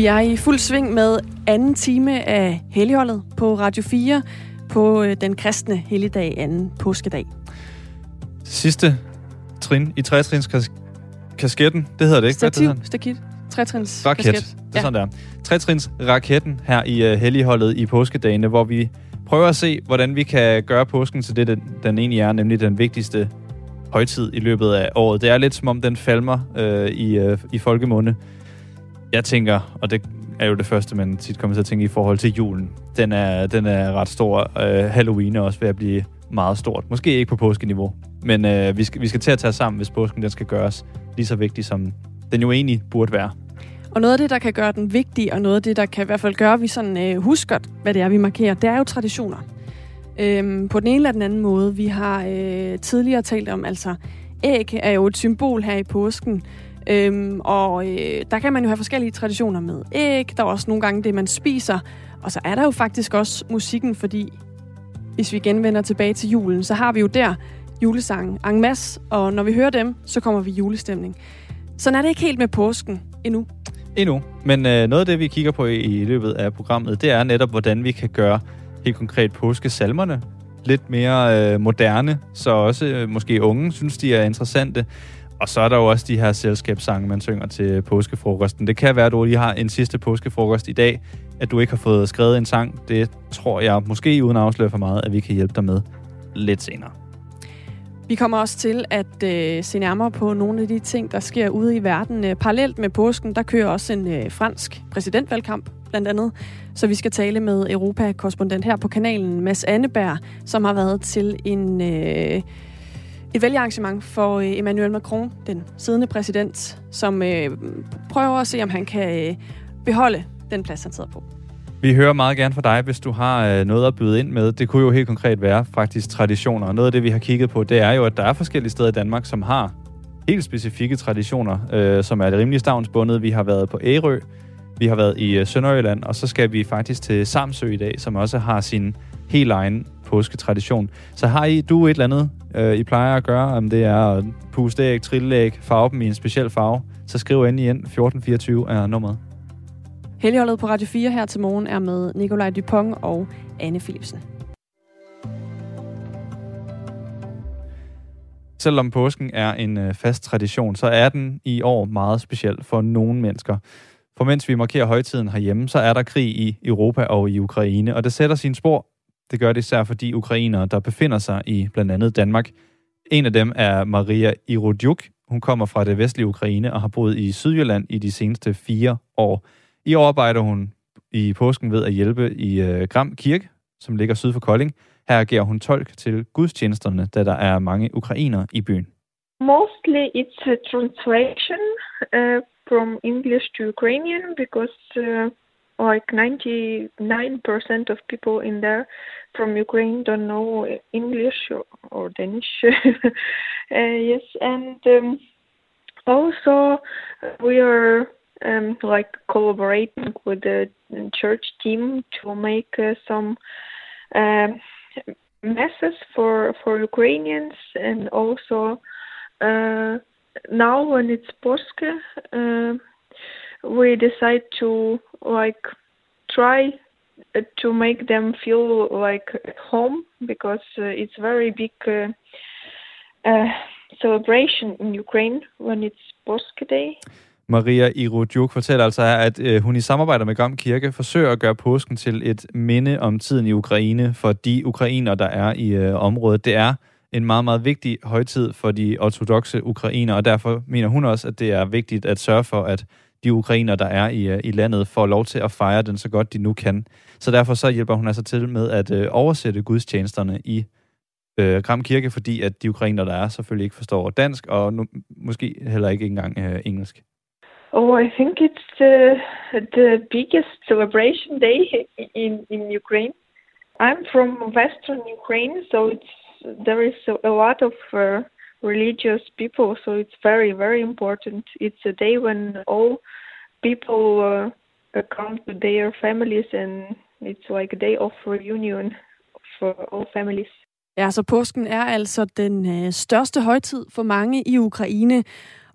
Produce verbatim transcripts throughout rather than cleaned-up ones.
Vi er i fuld sving med anden time af Helligholdet på Radio fire på den kristne helligdag anden påskedag. Sidste trin i tretrins kasketten, det hedder det ikke? Stativ, Hvad det stakit, tretrins raket. kasket. Det er sådan der. Tretrins raketten her i uh, Helligholdet i påskedagene, hvor vi prøver at se, hvordan vi kan gøre påsken til det, den, den egentlig er, nemlig den vigtigste højtid i løbet af året. Det er lidt som om den falmer øh, i, øh, i folkemunde. Jeg tænker, og det er jo det første, man tit kommer til at tænke i forhold til julen. Den er, den er ret stor. Øh, Halloween er også ved at blive meget stort. Måske ikke på påskeniveau, men øh, vi, skal, vi skal til at tage sammen, hvis påsken den skal gøres lige så vigtig, som den jo egentlig burde være. Og noget af det, der kan gøre den vigtig, og noget af det, der kan i hvert fald gøre, at vi sådan øh, husker, hvad det er, vi markerer, det er jo traditioner. Øhm, på den ene eller den anden måde. Vi har øh, tidligere talt om, altså æg er jo et symbol her i påsken, øhm, og øh, der kan man jo have forskellige traditioner med æg. Der er også nogle gange det, man spiser, og så er der jo faktisk også musikken, fordi hvis vi igen vender tilbage til julen, så har vi jo der julesangen en masse, og når vi hører dem, så kommer vi i julestemning. Sådan er det ikke helt med påsken endnu. Endnu, men øh, noget af det, vi kigger på i, i løbet af programmet, det er netop, hvordan vi kan gøre helt konkret påskesalmerne lidt mere øh, moderne, så også øh, måske unge synes, de er interessante. Og så er der jo også de her selskabssange, man synger til påskefrokosten. Det kan være, at du lige har en sidste påskefrokost i dag, at du ikke har fået skrevet en sang. Det tror jeg, måske uden at afsløre for meget, at vi kan hjælpe dig med lidt senere. Vi kommer også til at øh, se nærmere på nogle af de ting, der sker ude i verden. Øh, parallelt med påsken, der kører også en øh, fransk præsidentvalgkamp, blandt andet. Så vi skal tale med Europa-korrespondent her på kanalen, Mads Anneberg, som har været til en, øh, et vælgerarrangement for øh, Emmanuel Macron, den siddende præsident, som øh, prøver at se, om han kan øh, beholde den plads, han sidder på. Vi hører meget gerne fra dig, hvis du har øh, noget at byde ind med. Det kunne jo helt konkret være faktisk traditioner. Og noget af det, vi har kigget på, det er jo, at der er forskellige steder i Danmark, som har helt specifikke traditioner, øh, som er det rimelig stavnsbundet. Vi har været på Ærø, vi har været i øh, Sønderjylland, og så skal vi faktisk til Samsø i dag, som også har sin helt egen påsketradition. Så har I du et eller andet, øh, I plejer at gøre, om det er at puste æg, trille æg, farve dem i en speciel farve, så skriv endelig ind. fjorten fireogtyve er nummeret. Helligholdet på Radio fire her til morgen er med Nikolaj Dupont og Anne Philipsen. Selvom påsken er en øh, fast tradition, så er den i år meget speciel for nogle mennesker. For mens vi markerer højtiden herhjemme, så er der krig i Europa og i Ukraine, og det sætter sine spor. Det gør det især for de ukrainere, der befinder sig i blandt andet Danmark. En af dem er Maria Irodjuk. Hun kommer fra det vestlige Ukraine og har boet i Sydjylland i de seneste fire år. I år arbejder hun i påsken ved at hjælpe i øh, Gram Kirke, som ligger syd for Kolding. Her agerer hun tolk til gudstjenesterne, da der er mange ukrainere i byen. Mostly it's a translation uh, from English to Ukrainian, because uh, like ninety-nine percent of people in there from Ukraine don't know English or, or Danish. uh, yes, and um, also we are Um, like collaborating with the church team to make uh, some uh, messes for for Ukrainians, and also uh, now when it's Påske, uh, we decide to like try to make them feel like at home, because uh, it's very big uh, uh, celebration in Ukraine when it's Påske Day. Maria Irodjuk fortæller altså, at øh, hun i samarbejde med Gram Kirke forsøger at gøre påsken til et minde om tiden i Ukraine for de ukrainere, der er i øh, området. Det er en meget, meget vigtig højtid for de ortodokse ukrainere, og derfor mener hun også, at det er vigtigt at sørge for, at de ukrainere, der er i, øh, i landet, får lov til at fejre den så godt de nu kan. Så derfor så hjælper hun altså til med at øh, oversætte gudstjenesterne i øh, Gram Kirke, fordi at de ukrainere, der er, selvfølgelig ikke forstår dansk, og nu, måske heller ikke engang øh, engelsk. Oh, I think it's the, the biggest celebration day in, in Ukraine. I'm from Western Ukraine, so it's there is a lot of uh, religious people, so it's very, very important. It's a day when all people uh, come to their families, and it's like a day of reunion for all families. Ja, så påsken er altså den øh, største højtid for mange i Ukraine.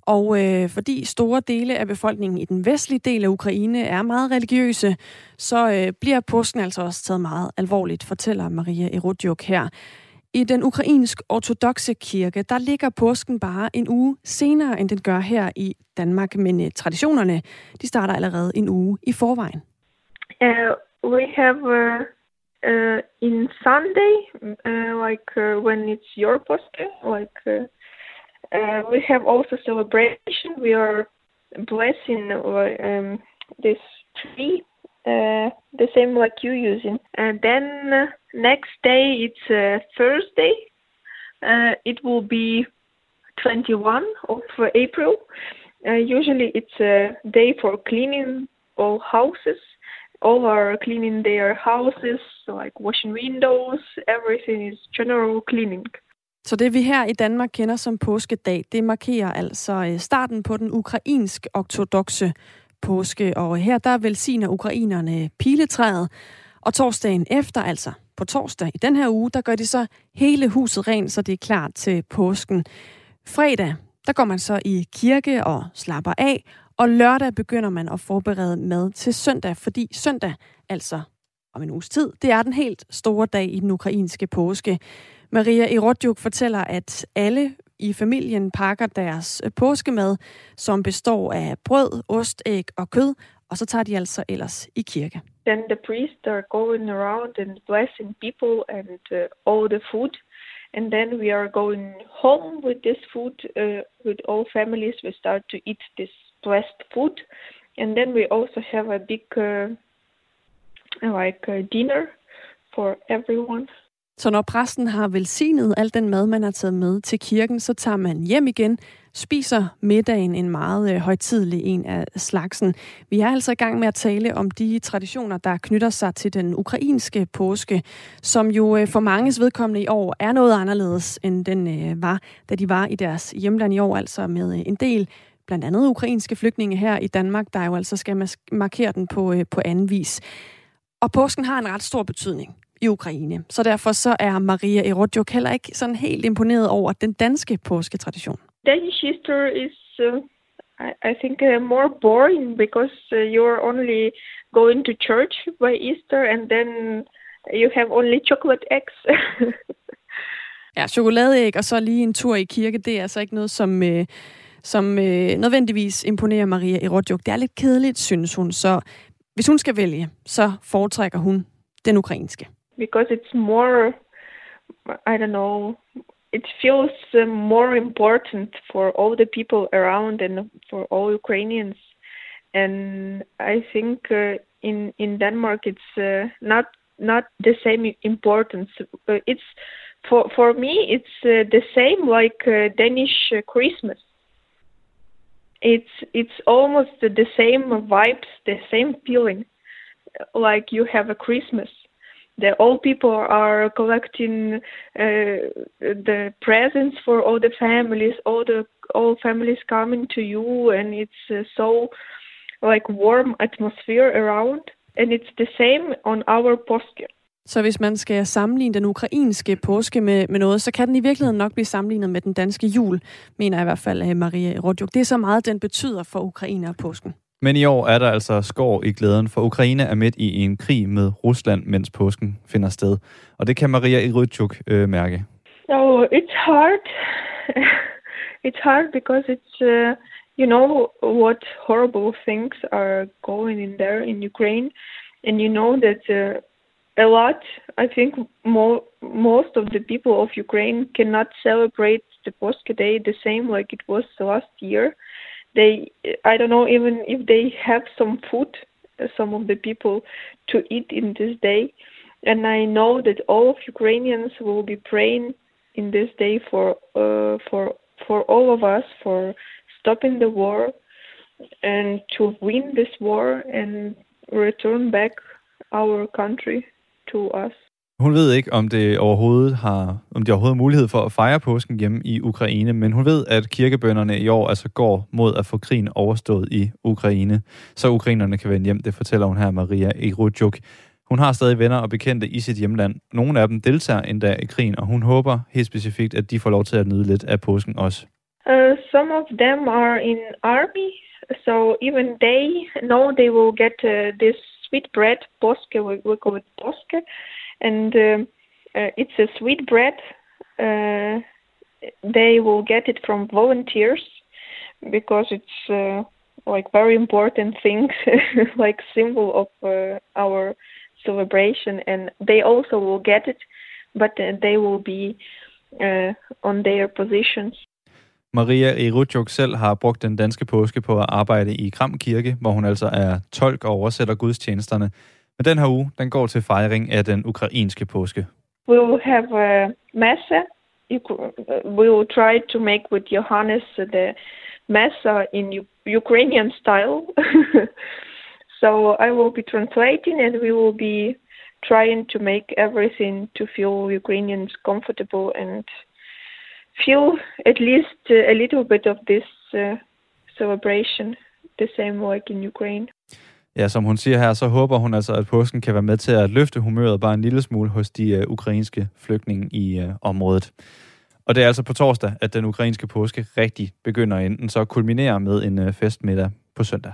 Og øh, fordi store dele af befolkningen i den vestlige del af Ukraine er meget religiøse, så øh, bliver påsken altså også taget meget alvorligt, fortæller Maria Erodjuk her. I den ukrainsk-ortodokse kirke, der ligger påsken bare en uge senere, end den gør her i Danmark. Men uh, traditionerne, de starter allerede en uge i forvejen. Uh, we have uh, uh, in Sunday, uh, like uh, when it's your påske, like uh, uh, we have also celebration. We are blessing uh, um, this tree. Uh, the same like you using. And then uh, next day it's uh, Thursday. Uh, it will be twenty-first of April. Uh, usually it's a day for cleaning all houses. All are cleaning their houses, like washing windows. Everything is general cleaning. Så det vi her i Danmark kender som påskedag, det markerer altså starten på den ukrainsk-ortodokse påske, og her der velsigner ukrainerne piletræet, og torsdagen efter, altså på torsdag i den her uge, der gør de så hele huset rent, så det er klar til påsken. Fredag, der går man så i kirke og slapper af, og lørdag begynder man at forberede mad til søndag, fordi søndag, altså om en uges tid, det er den helt store dag i den ukrainske påske. Maria Erodjuk fortæller, at alle i familien pakker deres påskemad, som består af brød, ost, æg og kød, og så tager de altså ellers i kirke. Then the priests are going around and blessing people and uh, all the food. And then we are going home with this food, uh, with all families. We start to eat this blessed food. And then we also have a big uh, like uh, dinner for everyone. Så når præsten har velsignet al den mad, man har taget med til kirken, så tager man hjem igen, spiser middagen, en meget øh, højtidelig en af slagsen. Vi er altså i gang med at tale om de traditioner, der knytter sig til den ukrainske påske, som jo øh, for manges vedkommende i år er noget anderledes, end den øh, var, da de var i deres hjemland i år, altså med øh, en del, blandt andet ukrainske flygtninge her i Danmark, der jo altså skal mas- markere den på, øh, på anden vis. Og påsken har en ret stor betydning i Ukraine. Så derfor så er Maria Erodjuk heller ikke sådan helt imponeret over den danske påsketradition. Danish history is, uh, I, I think, uh, more boring because uh, you're only going to church by Easter and then you have only chocolate eggs. Ja, chokoladeæg og så lige en tur i kirke, det er altså ikke noget, som, øh, som øh, nødvendigvis imponerer Maria Erodjuk. Det er lidt kedeligt, synes hun. Så hvis hun skal vælge, så foretrækker hun den ukrainske. Because it's more, I don't know, it feels uh, more important for all the people around and for all Ukrainians. And I think uh, in in Denmark it's uh, not not the same importance. Uh, it's for for me it's uh, the same like uh, Danish uh, Christmas. It's it's almost the same vibes, the same feeling, like you have a Christmas. The all people are collecting uh, the presents for all the families. All the all families coming to you, and it's uh, so like warm atmosphere around. And it's the same on our påske. Så hvis man skal sammenligne den ukrainske påske med, med noget, så kan den i virkeligheden nok blive sammenlignet med den danske jul, mener i hvert fald Maria Erodjuk. Det er så meget, den betyder for Ukraine og påsken. Men i år er der altså skår i glæden, for Ukraine er midt i en krig med Rusland, mens påsken finder sted. Og det kan Maria Erodjuk øh, mærke. Oh, it's hard. It's hard because it's, uh, you know, what horrible things are going in there in Ukraine. And you know that uh, a lot, I think more, most of the people of Ukraine cannot celebrate the Påske Day the same like it was last year. They, I don't know even if they have some food, some of the people, to eat in this day. And I know that all of Ukrainians will be praying in this day for uh, for for all of us, for stopping the war and to win this war and return back our country to us. Hun ved ikke, om det overhovedet har, om de overhovedet har mulighed for at fejre påsken hjemme i Ukraine, men hun ved, at kirkebønnerne i år altså går mod at få krigen overstået i Ukraine, så ukrainerne kan vende hjem. Det fortæller hun her, Maria Erodjuk. Hun har stadig venner og bekendte i sit hjemland. Nogle af dem deltager endda i krigen, og hun håber helt specifikt, at de får lov til at nyde lidt af påsken også. Uh, some of them are in army, so even they know they will get uh, this sweet bread, boske, we, we call it boske, and uh, uh, it's a sweet bread. Uh, they will get it from volunteers because it's uh, like very important things, like symbol of uh, our celebration, and they also will get it, but uh, they will be uh, on their positions. Maria Erutjuk selv har brugt den danske påske på at arbejde i Gram Kirke, hvor hun altså er tolk og oversætter gudstjenesterne. Men den her uge, den går til fejring af den ukrainske påske. We will have a messe. We will try to make with Johannes the messe in Ukrainian style. So I will be translating, and we will be trying to make everything to feel Ukrainians comfortable and feel at least a little bit of this uh, celebration, the same like in Ukraine. Ja, som hun siger her, så håber hun altså, at påsken kan være med til at løfte humøret bare en lille smule hos de uh, ukrainske flygtninge i uh, området. Og det er altså på torsdag, at den ukrainske påske rigtig begynder, enten så kulminerer med en uh, festmiddag på søndag.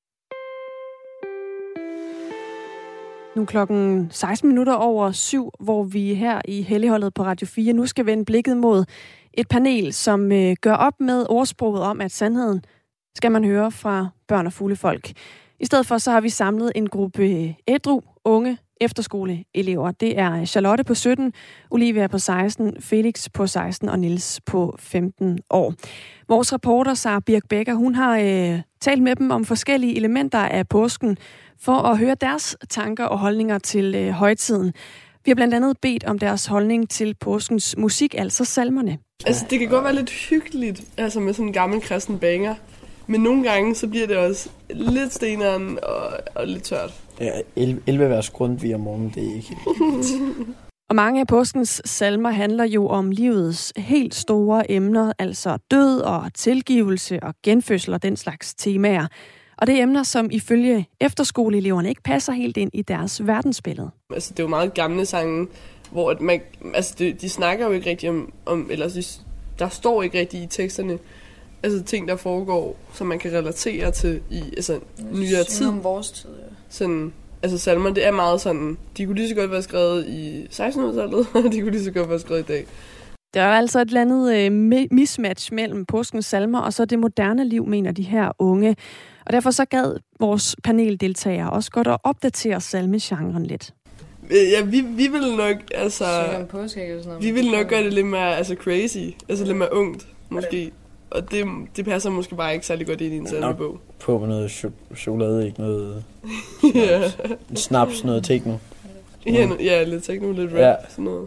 Nu klokken seksten minutter over syv, hvor vi her i Helligholdet på Radio fire nu skal vende blikket mod et panel, som øh, gør op med ordsproget om, at sandheden skal man høre fra børn og fulde folk. I stedet for så har vi samlet en gruppe ædru, unge efterskoleelever. Det er Charlotte på sytten, Olivia på seksten, Felix på seksten og Niels på femten år. Vores reporter Sara Birk Becker, hun har øh, talt med dem om forskellige elementer af påsken, for at høre deres tanker og holdninger til øh, højtiden. Vi har blandt andet bedt om deres holdning til påskens musik, altså salmerne. Altså, det kan godt være lidt hyggeligt, altså med sådan en gammel kristen banger. Men nogle gange, så bliver det også lidt steneren og, og lidt tørt. Ja, elleve vers Grundtvig om morgenen, det er ikke helt. Og mange af påskens salmer handler jo om livets helt store emner, altså død og tilgivelse og genfødsel og den slags temaer. Og det er emner, som ifølge efterskoleeleverne ikke passer helt ind i deres verdensbillede. Altså, det er jo meget gamle sange, hvor at man, altså, de, de snakker jo ikke rigtig om, om eller de, der står ikke rigtig i teksterne, altså ting, der foregår, som man kan relatere til i altså, nyere tid. om vores tid, ja. Sådan, altså salmer, det er meget sådan, de kunne lige så godt være skrevet i sekstenhundredetallet, og de kunne lige så godt være skrevet i dag. Der er altså et eller andet øh, mismatch mellem påskens salmer og så det moderne liv, mener de her unge. Og derfor så gad vores paneldeltagere også godt at opdatere salmegenren lidt. Ja, vi, vi vil nok, altså... Påske, sådan vi vil nok gøre det lidt mere altså crazy, altså lidt mere ungt, måske. Og det, det passer måske bare ikke særlig godt ind i en salmebog. På med noget cho- chokolade, ikke noget... Ja. Snaps, noget techno. Ja, no, ja, lidt techno, lidt rap, ja. Sådan noget.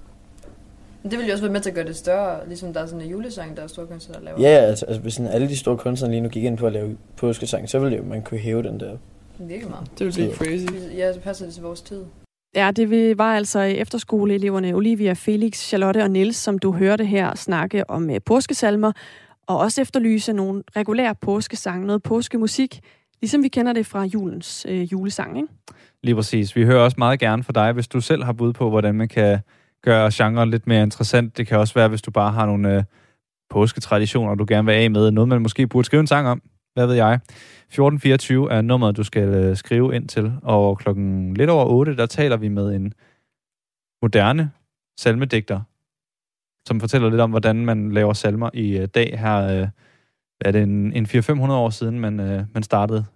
Det vil jo også være med til at gøre det større, ligesom der er sådan en julesang, der er store kunstnere, der laver. Ja, altså, altså hvis sådan alle de store kunstnere lige nu gik ind på at lave påskesang, så ville man kunne hæve den der. Virkelig meget. Det ville blive crazy. Ja, så passer det til vores tid. Ja, det var altså efterskoleeleverne Olivia, Felix, Charlotte og Niels, som du hørte her snakke om påskesalmer, og også efterlyse nogle regulære påskesange, noget påskemusik, ligesom vi kender det fra julens øh, julesang, ikke? Lige præcis. Vi hører også meget gerne fra dig, hvis du selv har bud på, hvordan man kan gøre genren lidt mere interessant. Det kan også være, hvis du bare har nogle øh, påsketraditioner, du gerne vil af med. Noget, man måske burde skrive en sang om. Hvad ved jeg? fjorten fireogtyve er nummeret, du skal øh, skrive ind til. Og klokken lidt over otte, der taler vi med en moderne salmedigter, som fortæller lidt om, hvordan man laver salmer i øh, dag. Her øh, er det en, en fire til fem hundrede år siden, man, øh, man startede.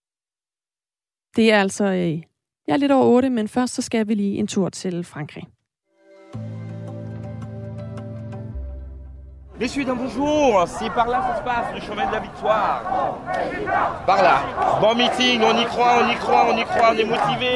Det er altså øh, ja, lidt over otte, men først så skal vi lige en tur til Frankrig. Messieurs, dames, bonjour. C'est par là ça se passe, le chemin de la victoire. Par là. Bon meeting, on y croit, on y croit, on y croit, on est motivé.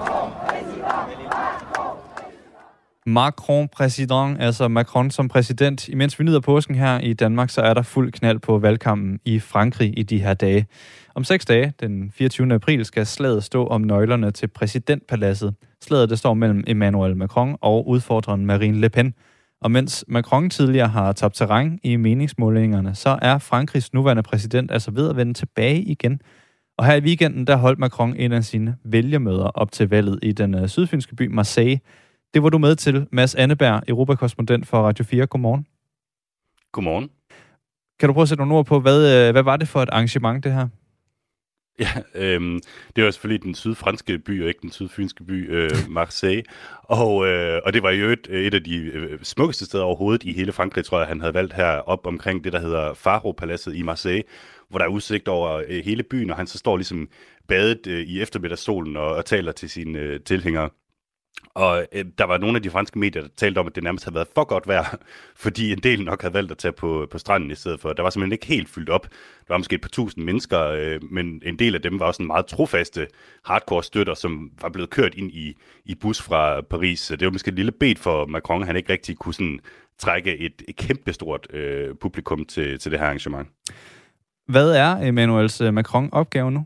Macron præsident, altså Macron som præsident. Imens vi nyder påsken her i Danmark, så er der fuld knald på valgkampen i Frankrig i de her dage. Om seks dage, den fireogtyvende april, skal slaget stå om nøglerne til præsidentpaladset. Slaget det står mellem Emmanuel Macron og udfordreren Marine Le Pen. Og mens Macron tidligere har tabt terræn i meningsmålingerne, så er Frankrigs nuværende præsident altså ved at vende tilbage igen. Og her i weekenden, der holdt Macron en af sine vælgermøder op til valget i den uh, sydfynske by Marseille. Det var du med til, Mads Anneberg, europakorrespondent for Radio fire. Godmorgen. Godmorgen. Kan du prøve at sætte nogle ord på, hvad, hvad var det for et arrangement, det her? Ja, øhm, det var selvfølgelig den sydfranske by, og ikke den sydfynske by, øh, Marseille. Og, øh, og det var jo et, et af de øh, smukkeste steder overhovedet i hele Frankrig, tror jeg, han havde valgt her op omkring det, der hedder Faro-paladset i Marseille, hvor der er udsigt over øh, hele byen, og han så står ligesom badet øh, i eftermiddagssolen og, og taler til sine øh, tilhængere. Og øh, der var nogle af de franske medier, der talte om, at det nærmest havde været for godt vejr, fordi en del nok havde valgt at tage på, på stranden i stedet for. Der var simpelthen ikke helt fyldt op. Der var måske et par tusind mennesker, øh, men en del af dem var også en meget trofaste hardcore støtter, som var blevet kørt ind i, i bus fra Paris. Så det var måske et lille bed for Macron, at han ikke rigtig kunne sådan trække et, et kæmpestort øh, publikum til, til det her arrangement. Hvad er Emmanuels Macron opgave nu?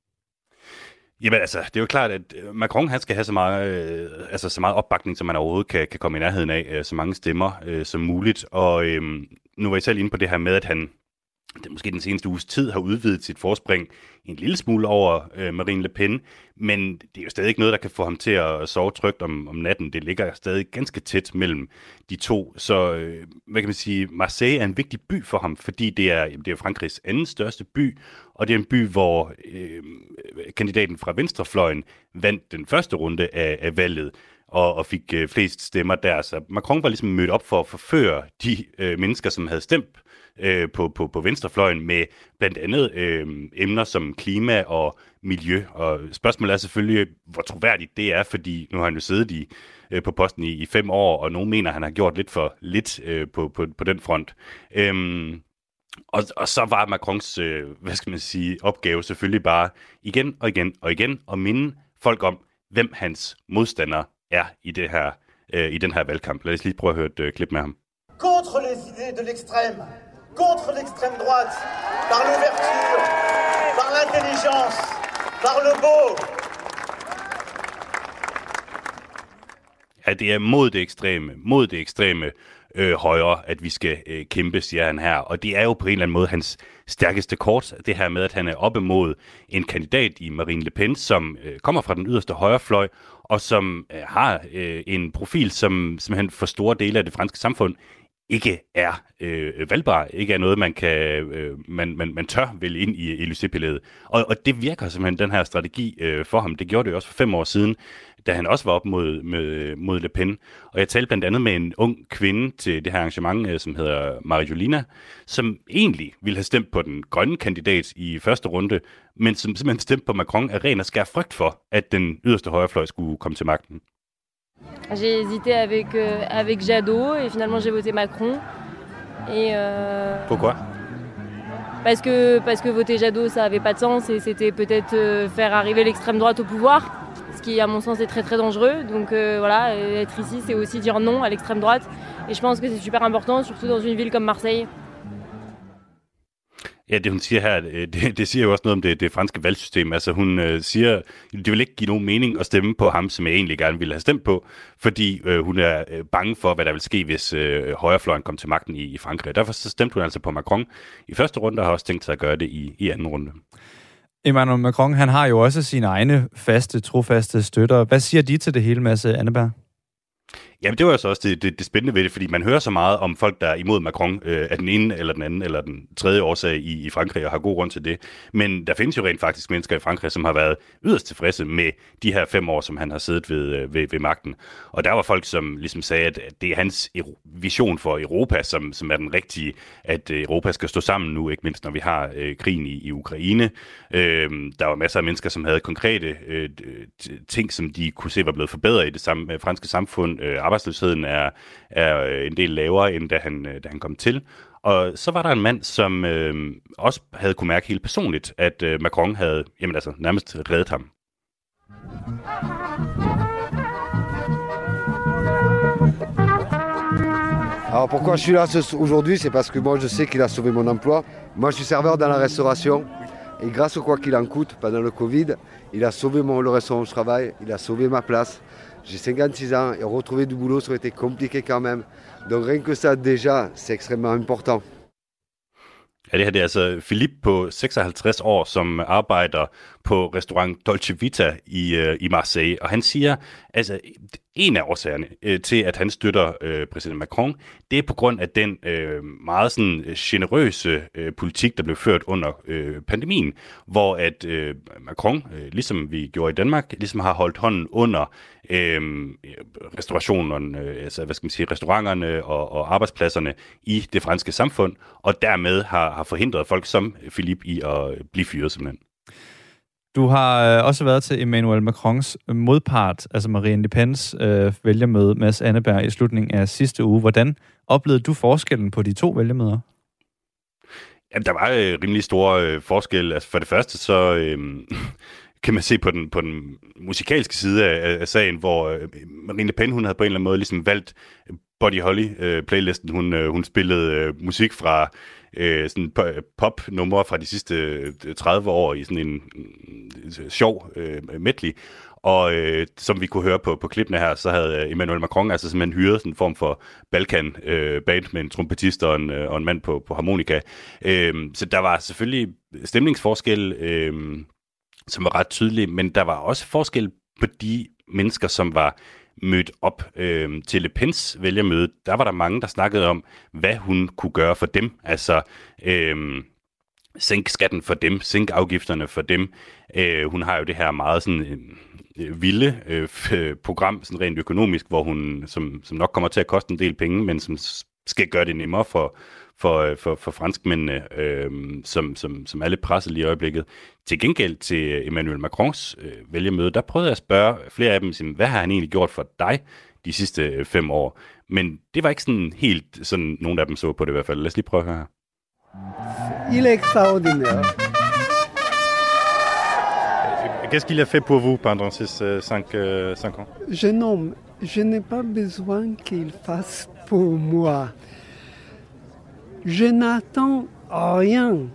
Jamen altså, det er jo klart, at Macron han skal have så meget, øh, altså, så meget opbakning, som man overhovedet kan, kan komme i nærheden af, øh, så mange stemmer øh, som muligt. Og øh, nu var jeg selv inde på det her med, at han det måske den seneste uges tid har udvidet sit forspring en lille smule over øh, Marine Le Pen, men det er jo stadig ikke noget, der kan få ham til at sove trygt om, om natten. Det ligger stadig ganske tæt mellem de to. Så øh, hvad kan man sige, Marseille er en vigtig by for ham, fordi det er, jamen, det er Frankrigs anden største by, og det er en by, hvor øh, kandidaten fra venstrefløjen vandt den første runde af, af valget, og, og fik øh, flest stemmer der. Så Macron var ligesom mødt op for at forføre de øh, mennesker, som havde stemt øh, på, på, på venstrefløjen, med blandt andet øh, emner som klima og miljø. Og spørgsmålet er selvfølgelig, hvor troværdigt det er, fordi nu har han jo siddet i, øh, på posten i, i fem år, og nogen mener, at han har gjort lidt for lidt øh, på, på, på den front. Øhm, og, og så var Macrons, øh, hvad skal man sige, opgave selvfølgelig bare igen og igen og igen at minde folk om, hvem hans modstandere er i, det her, øh, i den her valgkamp. Lad os lige prøve at høre et øh, klip med ham. Contre les idées de l'extrême, contre l'extrême droite, par l'ouverture, par l'intelligence, par le beau. Ja, det er mod det ekstreme, mod det ekstreme øh, højre, at vi skal øh, kæmpe, siger han her. Og det er jo på en eller anden måde hans stærkeste kort, det her med, at han er oppe mod en kandidat i Marine Le Pen, som øh, kommer fra den yderste højrefløj, og som øh, har øh, en profil, som simpelthen for store dele af det franske samfund ikke er øh, valgbar, ikke er noget, man kan øh, man, man, man tør vælge ind i Élysée-palæet. Og, og det virker simpelthen, den her strategi øh, for ham. Det gjorde det jo også for fem år siden, da han også var op mod, med, mod Le Pen. Og jeg talte blandt andet med en ung kvinde til det her arrangement, øh, som hedder Marijolina, som egentlig ville have stemt på den grønne kandidat i første runde, men som simpelthen stemte på Macron af ren og skær frygt for, at den yderste højrefløj skulle komme til magten. J'ai hésité avec, euh, avec Jadot et finalement j'ai voté Macron. Et, euh, Pourquoi? Parce que, parce que voter Jadot ça avait pas de sens et c'était peut-être euh, faire arriver l'extrême droite au pouvoir, ce qui à mon sens est très très dangereux. Donc euh, voilà, être ici c'est aussi dire non à l'extrême droite et je pense que c'est super important, surtout dans une ville comme Marseille. Ja, det hun siger her, det, det siger jo også noget om det, det franske valgsystem. Altså hun øh, siger, det vil ikke give nogen mening at stemme på ham, som jeg egentlig gerne ville have stemt på, fordi øh, hun er øh, bange for, hvad der vil ske, hvis øh, højrefløjen kom til magten i, i Frankrig. Derfor så stemte hun altså på Macron i første runde, og har også tænkt sig at gøre det i, i anden runde. Emmanuel Macron, han har jo også sine egne faste, trofaste støtter. Hvad siger de til det hele, Mads Anneberg? Jamen, det var jo så også det, det, det spændende ved det, fordi man hører så meget om folk, der er imod Macron øh, af den ene eller den anden eller den tredje årsag i, i Frankrig, og har god grund til det. Men der findes jo rent faktisk mennesker i Frankrig, som har været yderst tilfredse med de her fem år, som han har siddet ved, ved, ved magten. Og der var folk, som ligesom sagde, at det er hans vision for Europa, som, som er den rigtige, at Europa skal stå sammen nu, ikke mindst når vi har øh, krigen i, i Ukraine. Øh, der var masser af mennesker, som havde konkrete øh, ting, som de kunne se var blevet forbedret i det samme, øh, franske samfund. Øh, Arbejdsløsheden er, er en del lavere, end da han, da han kom til. Og så var der en mand, som øh, også havde kunne mærke helt personligt, at øh, Macron havde jamen, altså, nærmest reddet ham. Alors pourquoi je suis là aujourd'hui, c'est parce que moi je sais qu'il a sauvé mon emploi. Moi je suis serveur dans la restauration. Et grâce au quoi qu'il en coûte, pendant le Covid, il a sauvé mon, le restaurant où je travaille, il a sauvé ma place. J'ai cinquante-six ans et retrouver du boulot, ça aurait été compliqué quand même. Donc rien que ça, déjà, c'est extrêmement important. Ja, det her det er altså Philippe på seksoghalvtreds år, som arbejder på restaurant Dolce Vita i, øh, i Marseille. Og han siger, altså en af årsagerne øh, til, at han støtter øh, præsident Macron, det er på grund af den øh, meget sådan generøse øh, politik, der blev ført under øh, pandemien, hvor at øh, Macron, øh, ligesom vi gjorde i Danmark, ligesom har holdt hånden under øh, restaurationerne, øh, altså hvad skal man sige, restauranterne og, og arbejdspladserne i det franske samfund, og dermed har, har forhindret folk som Philippe i at blive fyret simpelthen. Du har øh, også været til Emmanuel Macrons modpart, altså Marine Le Pens øh, vælgermøde, Mads Anneberg, i slutningen af sidste uge. Hvordan oplevede du forskellen på de to vælgermøder? Ja, der var øh, rimelig store øh, forskel. Altså for det første, så øh, kan man se på den, på den musikalske side af, af sagen, hvor øh, Marine Le Pen, hun havde på en eller anden måde ligesom valgt Buddy Holly-playlisten. Øh, hun, øh, hun spillede øh, musik fra øh, sådan pop-numre fra de sidste tredive år i sådan en, en sjov øh, medley. Og øh, som vi kunne høre på, på klippene her, så havde Emmanuel Macron altså simpelthen hyret sådan en form for Balkan-band øh, med en trompetist og en, øh, og en mand på, på harmonika. Øh, så der var selvfølgelig stemningsforskel, øh, som var ret tydelig, men der var også forskel på de mennesker, som var mødt op øh, til Le Pens vælgermøde. Der var der mange, der snakkede om, hvad hun kunne gøre for dem. Altså øh, sænke skatten for dem, sænke afgifterne for dem. Øh, hun har jo det her meget sådan øh, vilde øh, program, sådan rent økonomisk, hvor hun, som, som nok kommer til at koste en del penge, men som skal gøre det nemmere for for, for, for franskmændene, øh, som, som, som er lidt presset lige i øjeblikket. Til gengæld til Emmanuel Macrons øh, vælgermøde, der prøvede jeg at spørge flere af dem, hvad har han egentlig gjort for dig de sidste fem år? Men det var ikke sådan helt sådan, nogen af dem så på det i hvert fald. Lad os lige prøve at høre her. Il est extraordinaire. Qu'est-ce qu'il a fait pour vous pendant ces cinq, euh, cinq ans? Je, non, je n'ai pas besoin qu'il fasse pour moi. Je n'attends rien.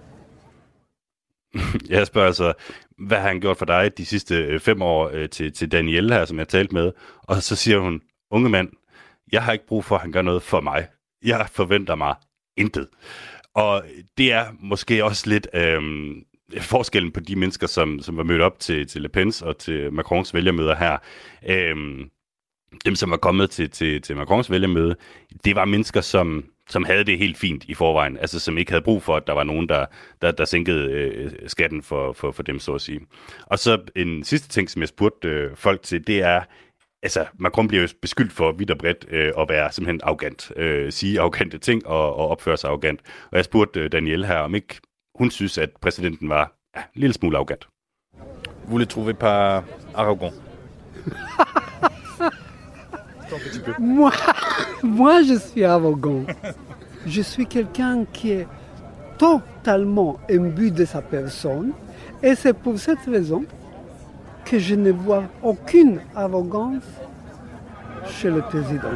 Jeg spørger altså, hvad har han gjort for dig de sidste fem år øh, til, til Danielle her, som jeg talte med? Og så siger hun, unge mand, jeg har ikke brug for, at han gør noget for mig. Jeg forventer mig intet. Og det er måske også lidt øh, forskellen på de mennesker, som, som var mødt op til, til Le Pens og til Macrons vælgermøder her. Øh, dem, som var kommet til, til, til Macrons vælgermøde, det var mennesker, som som havde det helt fint i forvejen, altså som ikke havde brug for, at der var nogen, der, der, der sænkede øh, skatten for, for, for dem, så at sige. Og så en sidste ting, som jeg spurgte øh, folk til, det er, altså Macron bliver jo beskyldt for vidt og bredt øh, at være simpelthen arrogant, øh, sige arrogante ting og, og opføre sig arrogant. Og jeg spurgte øh, Danielle her, om ikke hun synes, at præsidenten var ja, en lille smule arrogant. Vous le trouvez pas arrogant? Moi, moi, je suis arrogant. Je suis quelqu'un qui est totalement imbu de sa personne. Et c'est pour cette raison que je ne vois aucune arrogance chez le président.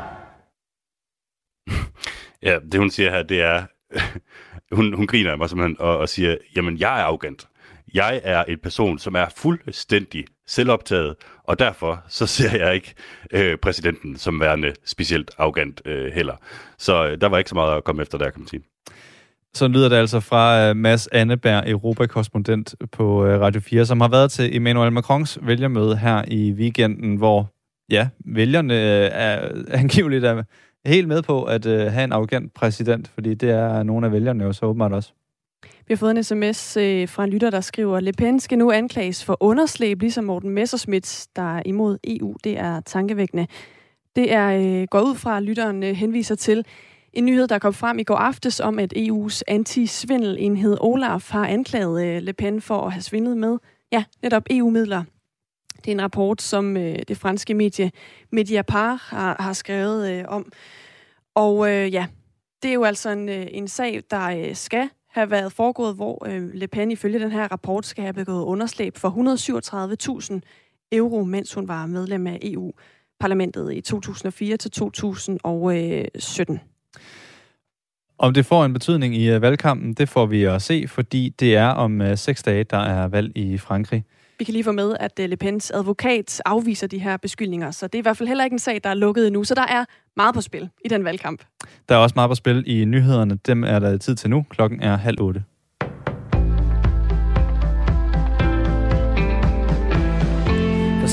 Ja, det hun siger her, det er, hun, hun griner af mig simpelthen og, og siger, jamen jeg er arrogant. Jeg er en person, som er fuldstændig selvoptaget, og derfor så ser jeg ikke øh, præsidenten som værende specielt arrogant øh, heller. Så øh, der var ikke så meget at komme efter der, kan man sige. Så lyder det altså fra uh, Mads Anneberg, Europakorrespondent på uh, Radio fire, som har været til Emmanuel Macrons vælgermøde her i weekenden, hvor ja, vælgerne uh, er angiveligt er helt med på at uh, have en arrogant præsident, fordi det er nogle af vælgerne jo så åbenbart også. Vi har fået en sms øh, fra en lytter, der skriver, Le Pen skal nu anklages for underslæb, ligesom Morten Messerschmidt, der er imod E U. Det er tankevækkende. Det er øh, går ud fra, at lytteren øh, henviser til en nyhed, der kom frem i går aftes om, at E U's anti-svindelenhed Olaf har anklaget øh, Le Pen for at have svindlet med, ja, netop E U-midler. Det er en rapport, som øh, det franske medie Mediapart har, har skrevet øh, om. Og øh, ja, det er jo altså en, øh, en sag, der øh, skal have været foregået, hvor øh, Le Pen ifølge den her rapport skal have begået underslæb for et hundrede og syvogtredive tusind euro, mens hun var medlem af E U-parlamentet i to tusind og fire til to tusind og sytten. Om det får en betydning i uh, valgkampen, det får vi at se, fordi det er om uh, seks dage, der er valg i Frankrig. Vi kan lige få med, at uh, Le Pens advokat afviser de her beskyldninger, så det er i hvert fald heller ikke en sag, der er lukket endnu, så der er meget på spil i den valgkamp. Der er også meget på spil i nyhederne. Dem er der tid til nu. Klokken er halv otte.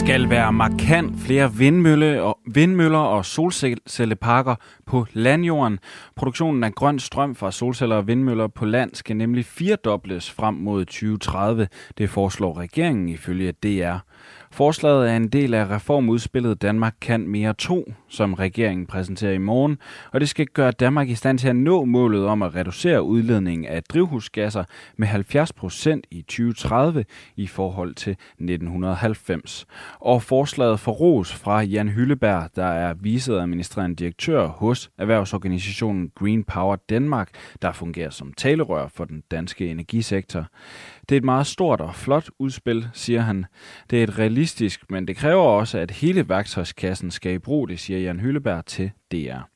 skal være markant flere vindmølle og, vindmøller og solcelleparker på landjorden. Produktionen af grøn strøm fra solceller og vindmøller på land skal nemlig firedobles frem mod tyve tredive. Det foreslår regeringen ifølge D R. Forslaget er en del af reformudspillet Danmark kan mere to, som regeringen præsenterer i morgen, og det skal gøre Danmark i stand til at nå målet om at reducere udledningen af drivhusgasser med halvfjerds procent i tyve tredive i forhold til nitten halvfems. Og forslaget får ros fra Jan Hylleberg, der er viceadministrerende direktør hos erhvervsorganisationen Green Power Denmark, der fungerer som talerør for den danske energisektor. Det er et meget stort og flot udspil, siger han. Det er et realistisk, men det kræver også, at hele værktøjskassen skal i brug, det siger Jan Hylleberg til D R.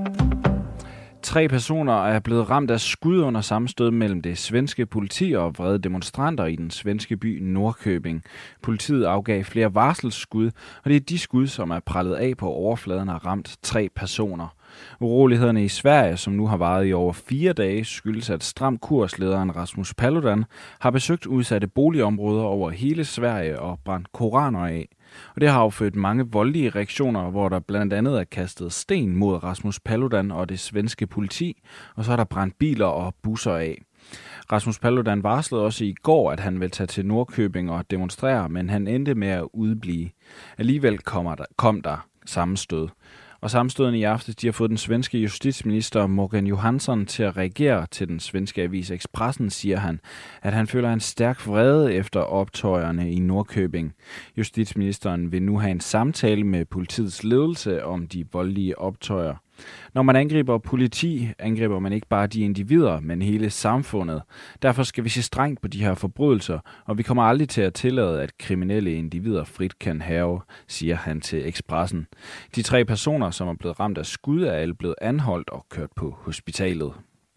Tre personer er blevet ramt af skud under sammenstød mellem det svenske politi og vrede demonstranter i den svenske by Norrköping. Politiet afgav flere varselsskud, og det er de skud, som er prallet af på overfladen og ramt tre personer. Urolighederne i Sverige, som nu har varet i over fire dage, skyldes, at Stram Kurs-lederen Rasmus Paludan har besøgt udsatte boligområder over hele Sverige og brændt koraner af. Og det har affødt mange voldelige reaktioner, hvor der blandt andet er kastet sten mod Rasmus Paludan og det svenske politi, og så er der brændt biler og busser af. Rasmus Paludan varslede også i går, at han vil tage til Norrköping og demonstrere, men han endte med at udblive. Alligevel kommer der, kom der sammenstød. Og sammenstøden i aftes, de har fået den svenske justitsminister Morgan Johansson til at reagere til den svenske avis Expressen, siger han, at han føler en stærk vrede efter optøjerne i Norrköping. Justitsministeren vil nu have en samtale med politiets ledelse om de voldelige optøjer. Når man angriber politi, angriber man ikke bare de individer, men hele samfundet. Derfor skal vi se strengt på de her forbrydelser, og vi kommer aldrig til at tillade, at kriminelle individer frit kan have, siger han til Expressen. De tre personer, som er blevet ramt af skud, er alle blevet anholdt og kørt på hospitalet.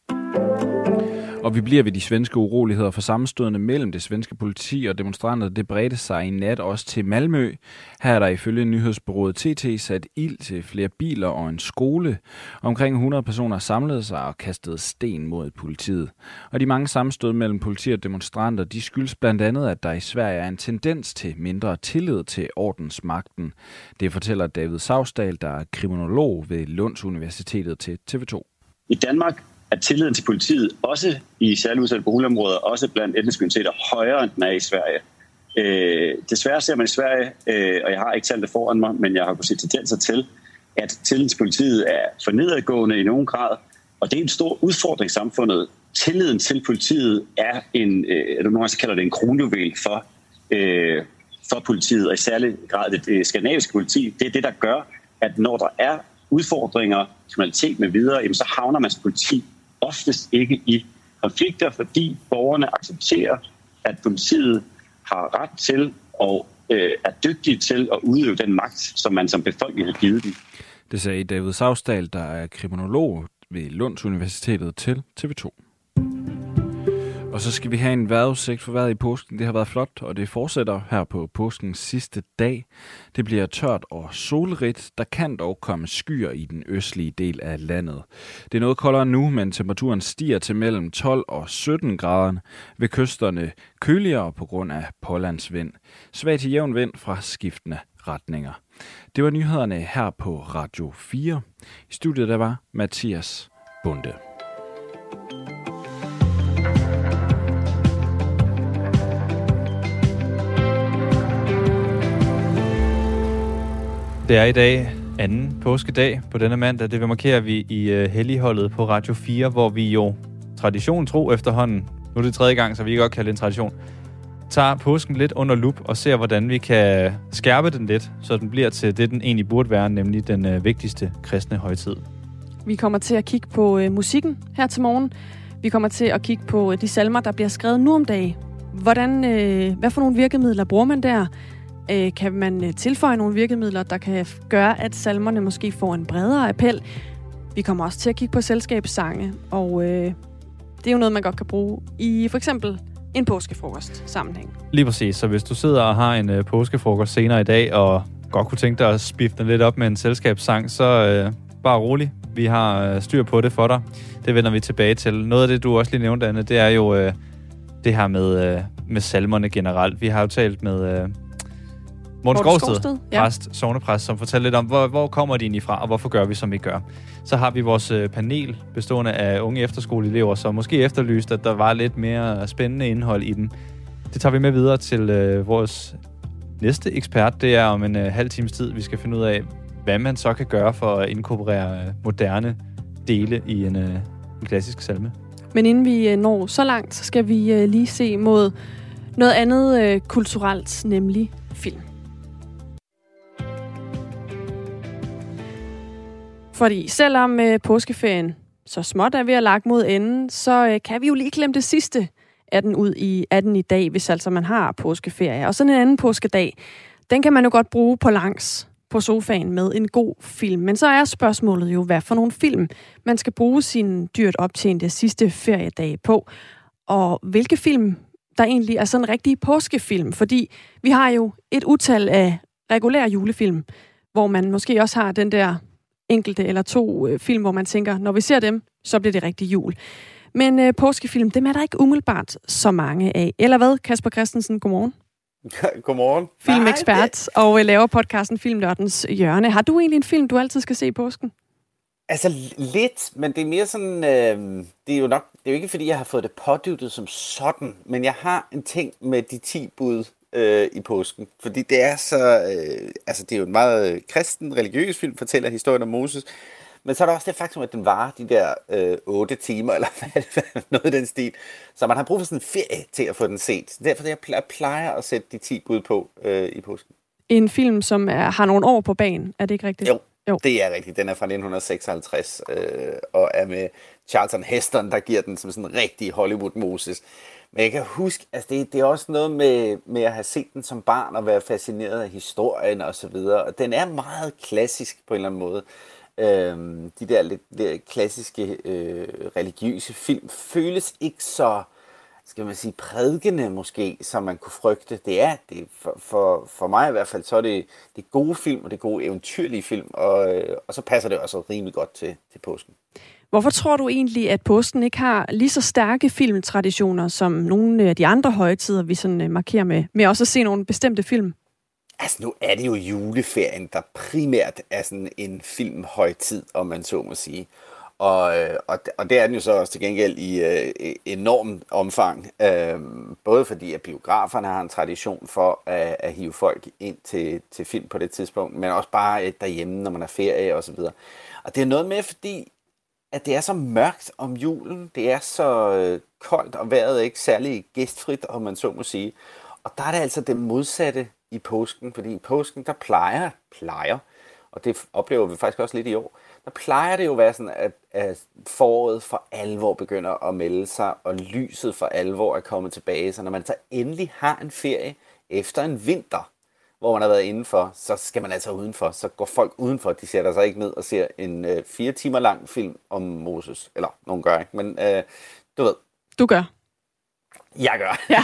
Og vi bliver ved de svenske uroligheder, for sammenstødene mellem det svenske politi og demonstranter, det bredte sig i nat også til Malmø. Her er der ifølge nyhedsbureauet T T sat ild til flere biler og en skole. Omkring hundrede personer samlede sig og kastede sten mod politiet. Og de mange sammenstød mellem politi og demonstranter, de skyldes blandt andet, at der i Sverige er en tendens til mindre tillid til ordensmagten. Det fortæller David Sausdal, der er kriminolog ved Lunds Universitetet til T V to. I Danmark er tilliden til politiet, også i særligt udsatte boligområder, også blandt etniske minoriteter, højere end den er i Sverige. Øh, desværre ser man i Sverige, øh, og jeg har ikke talt det foran mig, men jeg har kunnet se tendenser til, at tilliden til politiet er for nedadgående i nogen grad, og det er en stor udfordring i samfundet. Tilliden til politiet er en, øh, nogle gange kalder det en kronjuvel for, øh, for politiet, og i særlig grad det, det skandinaviske politi. Det er det, der gør, at når der er udfordringer, kriminalitet med videre, jamen, så havner man som politi oftest ikke i konflikter, fordi borgerne accepterer, at politiet har ret til og øh, er dygtige til at udøve den magt, som man som befolkning har givet dem. Det sagde David Sausdal, der er kriminolog ved Lunds Universitetet til T V to. Og så skal vi have en vejrudsigt for vejret i påsken. Det har været flot, og det fortsætter her på påskens sidste dag. Det bliver tørt og solrigt. Der kan dog komme skyer i den østlige del af landet. Det er noget koldere nu, men temperaturen stiger til mellem tolv og sytten grader. Ved kysterne køligere på grund af pålandsvind. Svag til jævn vind fra skiftende retninger. Det var nyhederne her på Radio fire. I studiet der var Mathias Bunde. Det er i dag anden påskedag på denne mandag. Det vil markere vi i uh, helligholdet på Radio fire, hvor vi jo tradition tro efterhånden, nu er det tredje gang, så vi kan godt kalde det en tradition, tager påsken lidt under lup og ser, hvordan vi kan skærpe den lidt, så den bliver til det, den egentlig burde være, nemlig den uh, vigtigste kristne højtid. Vi kommer til at kigge på uh, musikken her til morgen. Vi kommer til at kigge på uh, de salmer, der bliver skrevet nu om dagen. Hvordan, uh, hvad for nogle virkemidler bruger man der? Kan man tilføje nogle virkemidler, der kan gøre, at salmerne måske får en bredere appel? Vi kommer også til at kigge på selskabssange, og øh, det er jo noget, man godt kan bruge i for eksempel en påskefrokost sammenhæng. Lige præcis, så hvis du sidder og har en øh, påskefrokost senere i dag, og godt kunne tænke dig at spifte lidt op med en selskabssang, så øh, bare rolig. Vi har øh, styr på det for dig. Det vender vi tilbage til. Noget af det, du også lige nævnte, Anne, det er jo øh, det her med, øh, med salmerne generelt. Vi har jo talt med... Øh, Morten Skovsted, ja. præst, sognepræst, som fortæller lidt om, hvor, hvor kommer de egentlig fra, og hvorfor gør vi, som vi gør. Så har vi vores øh, panel, bestående af unge efterskoleelever, som måske efterlyste, at der var lidt mere spændende indhold i dem. Det tager vi med videre til øh, vores næste ekspert. Det er om en øh, halv times tid, vi skal finde ud af, hvad man så kan gøre for at inkorporere øh, moderne dele i en, øh, en klassisk salme. Men inden vi øh, når så langt, så skal vi øh, lige se mod noget andet øh, kulturelt, nemlig film. Fordi selvom øh, påskeferien så småt er ved at lagt mod enden, så øh, kan vi jo lige klemme det sidste af den ud i af den i dag, hvis altså man har påskeferie. Og sådan en anden påskedag, den kan man jo godt bruge på langs på sofaen med en god film. Men så er spørgsmålet jo, hvad for nogle film man skal bruge sin dyrt optjente sidste feriedag på. Og hvilke film, der egentlig er sådan en rigtig påskefilm. Fordi vi har jo et utal af regulære julefilm, hvor man måske også har den der enkelte eller to øh, film, hvor man tænker, når vi ser dem, så bliver det rigtig jul. Men øh, påskefilm, dem er der ikke umiddelbart så mange af. Eller hvad, Kasper Christensen? Godmorgen. Godmorgen. Filmekspert Nej, det... og laver podcasten Filmnørdens Hjørne. Har du egentlig en film, du altid skal se i påsken? Altså lidt, men det er mere sådan, øh, det er jo nok, det er jo ikke fordi, jeg har fået det pådyttet som sådan, men jeg har en ting med de ti bud øh, i påsken, fordi det er så, øh, altså det er jo en meget kristen, religiøs film, fortæller historien om Moses, men så er der også det faktum, at den varer de der øh, otte timer, eller hvad, noget i den stil. Så man har brug for sådan en ferie til at få den set. Derfor jeg plejer at sætte de ti bud på øh, i påsken. En film, som er, har nogle år på banen, er det ikke rigtigt? Jo, jo, det er rigtigt. Den er fra nitten seksoghalvtreds øh, og er med Charlton Heston, der giver den som sådan en rigtig Hollywood-Moses. Men jeg kan huske, altså det, det er også noget med, med at have set den som barn og være fascineret af historien og så videre. Og den er meget klassisk på en eller anden måde. Øhm, de der lidt, lidt klassiske øh, religiøse film føles ikke så, skal man sige, prædikende måske, som man kunne frygte. Det er det for, for, for mig i hvert fald, så er det, det er gode film, og det er gode eventyrlige film, og, øh, og så passer det også rimelig godt til, til påsken. Hvorfor tror du egentlig, at påsken ikke har lige så stærke filmtraditioner, som nogle af de andre højtider, vi sådan markerer med, med også at se nogle bestemte film? Altså nu er det jo juleferien, der primært er sådan en filmhøjtid, om man så må sige. Og, og, og det er den jo så også til gengæld i øh, enorm omfang. Øh, både fordi at biograferne har en tradition for at, at hive folk ind til, til film på det tidspunkt, men også bare derhjemme, når man er ferie og så videre. Og det er noget med, fordi at det er så mørkt om julen, det er så øh, koldt, og vejret er ikke særlig gæstfrit, om man så må sige. Og der er det altså det modsatte i påsken, fordi i påsken, der plejer, plejer, og det oplever vi faktisk også lidt i år, der plejer det jo at være sådan, at, at foråret for alvor begynder at melde sig, og lyset for alvor er kommet tilbage. Så når man så endelig har en ferie efter en vinter, hvor man har været indenfor, så skal man altså udenfor. Så går folk udenfor, de sætter sig ikke ned og ser en øh, fire timer lang film om Moses. Eller, nogen gør ikke, men øh, du ved. Du gør. Jeg gør. Ja.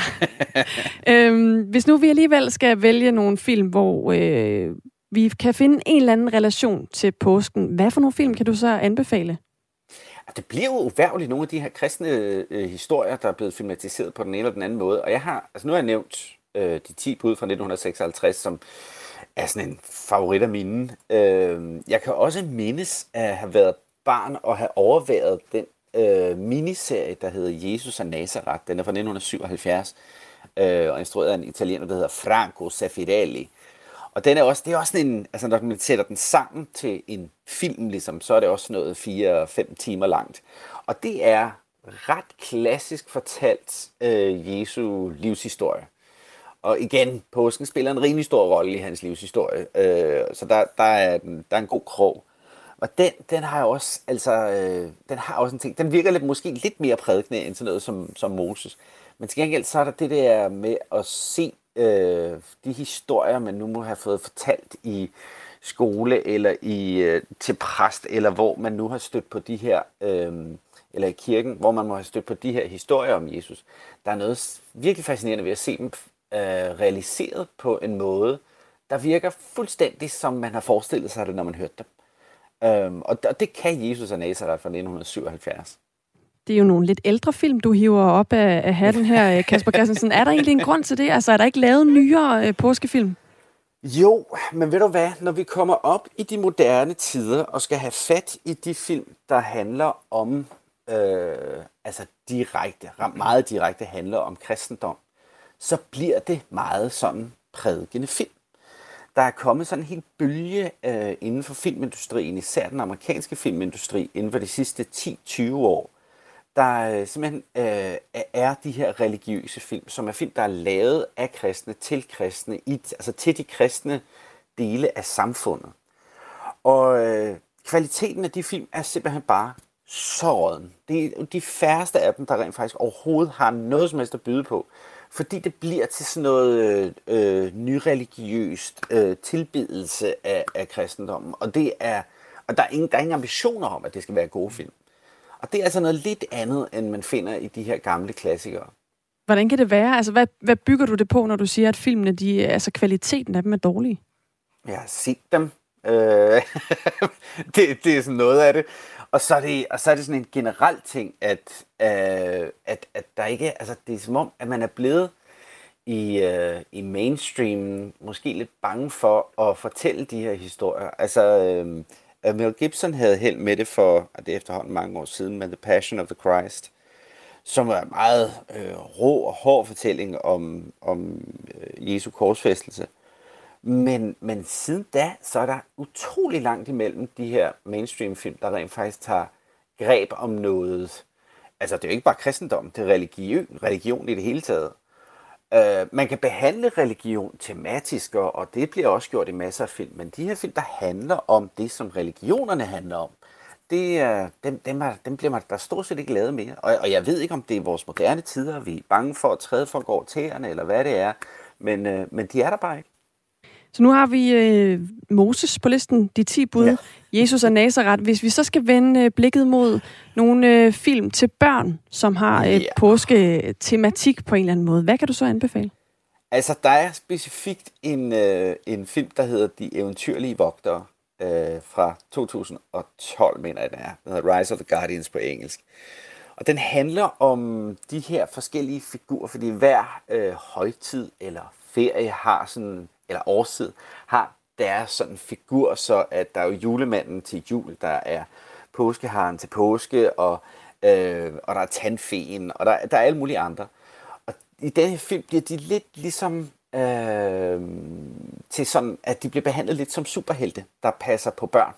øhm, hvis nu vi alligevel skal vælge nogle film, hvor øh, vi kan finde en eller anden relation til påsken, hvad for nogle film kan du så anbefale? Det bliver jo uværligt nogle af de her kristne øh, historier, der er blevet filmatiseret på den ene eller den anden måde. Og jeg har, altså nu har jeg nævnt øh, de ti bud fra nitten seksoghalvtreds, som er sådan en favorit af mine. Øh, jeg kan også mindes at have været barn og have overværet den øh, miniserie, der hedder Jesus af Nazareth. Den er fra nitten syvoghalvfjerds øh, og instrueret af en italiener, der hedder Franco Zeffirelli. Og den er også, det er også sådan en, altså når man sætter den sammen til en film, ligesom, så er det også noget fire fem timer langt. Og det er ret klassisk fortalt øh, Jesu livshistorie. Og igen, påsken spiller en rimelig stor rolle i hans livshistorie, øh, så der, der, er, der er en god krog. Og den, den har også, altså, øh, den har også en ting, den virker lidt, måske lidt mere prædikende end sådan noget som, som Moses. Men til gengæld så er der det der med at se øh, de historier, man nu må have fået fortalt i skole eller i øh, til præst, eller hvor man nu har stødt på de her, øh, eller i kirken, hvor man må have stødt på de her historier om Jesus. Der er noget virkelig fascinerende ved at se dem øh, realiseret på en måde, der virker fuldstændig som man har forestillet sig det, når man hørte dem. Um, og det kan Jesus af Nazareth fra nitten syvoghalvfjerds. Det er jo nogle lidt ældre film, du hiver op af, af hatten her, Kasper Christensen. Er der egentlig en grund til det? Altså, er der ikke lavet nyere øh, påskefilm? Jo, men ved du hvad, når vi kommer op i de moderne tider og skal have fat i de film, der handler om, øh, altså direkte, meget direkte handler om kristendom, så bliver det meget sådan prædikende film. Der er kommet sådan en hel bølge øh, inden for filmindustrien, især den amerikanske filmindustri, inden for de sidste ti til tyve år, der øh, simpelthen øh, er de her religiøse film, som er film, der er lavet af kristne til kristne, i, altså til de kristne dele af samfundet. Og øh, kvaliteten af de film er simpelthen bare så råden. Det er de færreste af dem, der rent faktisk overhovedet har noget som helst at byde på. Fordi det bliver til sådan noget øh, nyreligiøst øh, tilbedelse af, af kristendommen. Og, det er, og der, er ingen, der er ingen ambitioner om, at det skal være gode film. Og det er altså noget lidt andet, end man finder i de her gamle klassikere. Hvordan kan det være? Altså, hvad, hvad bygger du det på, når du siger, at filmene, de, altså kvaliteten af dem er dårlige? Jeg har set dem. Øh, det, det er sådan noget af det. Og så er det, og så er det sådan en generel ting, at, øh, at, at der ikke, altså det er som om, at man er blevet i, øh, i mainstream måske lidt bange for at fortælle de her historier. Altså, øh, Mel Gibson havde held med det for, og det er efterhånden mange år siden, med The Passion of the Christ, som er en meget øh, rå og hård fortælling om, om øh, Jesu korsfæstelse. Men, men siden da, så er der utrolig langt imellem de her mainstream-film, der rent faktisk tager greb om noget. Altså, det er jo ikke bare kristendom, det er religion, religion i det hele taget. Uh, man kan behandle religion tematisk, og det bliver også gjort i masser af film, men de her film, der handler om det, som religionerne handler om, det, uh, dem, dem, er, dem bliver man der stort set ikke lavet mere. Og, og jeg ved ikke, om det er vores moderne tider, vi er bange for at træde folk over tæerne, eller hvad det er, men, uh, men de er der bare ikke. Så nu har vi øh, Moses på listen, de ti bud, ja. Jesus og Nazaret. Hvis vi så skal vende øh, blikket mod nogle øh, film til børn, som har øh, yeah. påsketematik på en eller anden måde, hvad kan du så anbefale? Altså, der er specifikt en, øh, en film, der hedder De Eventyrlige Vogtere øh, fra to tusind og tolv, mener jeg, den er. Den hedder Rise of the Guardians på engelsk. Og den handler om de her forskellige figurer, fordi hver øh, højtid eller ferie har sådan, eller årstid, har deres sådan figur, så at der er jo julemanden til jul, der er påskeharen til påske, og, øh, og der er tandfeen, og der, der er alle mulige andre. Og i denne film bliver de lidt ligesom øh, til sådan, at de bliver behandlet lidt som superhelte, der passer på børn.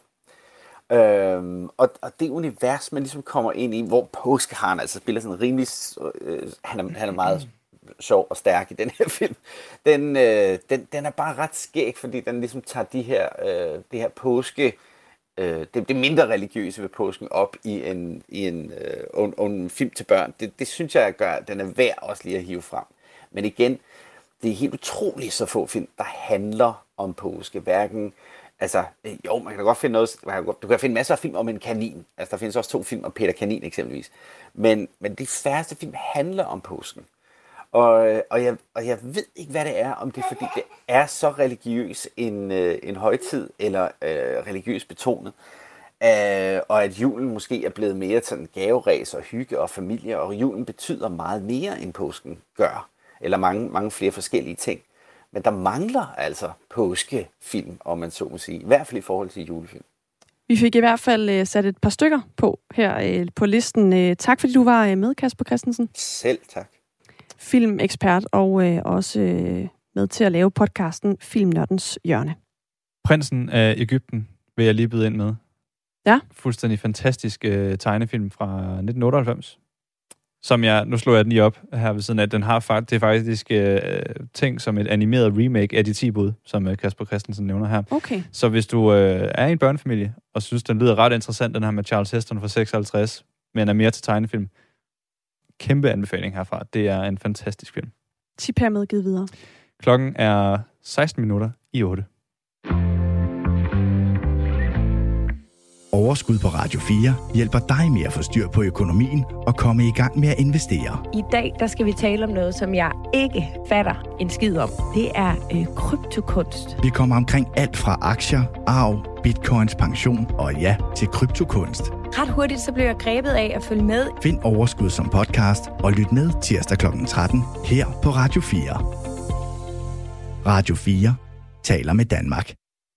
Øh, og, og det univers, man ligesom kommer ind i, hvor påskeharen altså spiller sådan rimelig, øh, han, er, han er meget sjov og stærk i den her film. Den, øh, den, den er bare ret skæg, fordi den ligesom tager de her, øh, det her påske, øh, det, det mindre religiøse ved påsken op i en, i en, øh, en, en film til børn. Det, det synes jeg gør, den er værd også lige at hive frem. Men igen, det er helt utroligt så få film, der handler om påske. Hverken, altså, jo, man kan da godt finde noget, du kan finde masser af film om en kanin. Altså, der findes også to film om Peter Kanin eksempelvis. Men, men de færreste film handler om påsken. Og, og, jeg, og jeg ved ikke, hvad det er, om det er, fordi det er så religiøs en, øh, en højtid, eller øh, religiøst betonet, øh, og at julen måske er blevet mere sådan gaveræs og hygge og familie, og julen betyder meget mere, end påsken gør, eller mange, mange flere forskellige ting. Men der mangler altså påskefilm, om man så må sige, i hvert fald i forhold til julefilm. Vi fik i hvert fald øh, sat et par stykker på her øh, på listen. Øh, tak fordi du var øh, med, Kasper Christensen. Selv tak. Filmekspert og øh, også øh, med til at lave podcasten Filmnørdens Hjørne. Prinsen af Egypten vil jeg lige byde ind med. Ja. Fuldstændig fantastisk øh, tegnefilm fra nitten otteoghalvfems. Som jeg, nu slår jeg den lige op her ved siden af, den har faktisk, det er faktisk øh, ting som et animeret remake af De ti bud, som øh, Kasper Christensen nævner her. Okay. Så hvis du øh, er i en børnefamilie, og synes, den lyder ret interessant, den her med Charles Heston fra seksoghalvtreds, men er mere til tegnefilm, kæmpe anbefaling herfra. Det er en fantastisk film. Tip her med givet videre. Klokken er seksten minutter i otte. Overskud på Radio fire hjælper dig med at få styr på økonomien og komme i gang med at investere. I dag der skal vi tale om noget, som jeg ikke fatter en skid om. Det er øh, kryptokunst. Vi kommer omkring alt fra aktier, arv, bitcoins, pension og ja, til kryptokunst. Ret hurtigt så blev jeg grebet af at følge med. Find Overskud som podcast og lyt med tirsdag klokken tretten her på Radio fire. Radio fire taler med Danmark.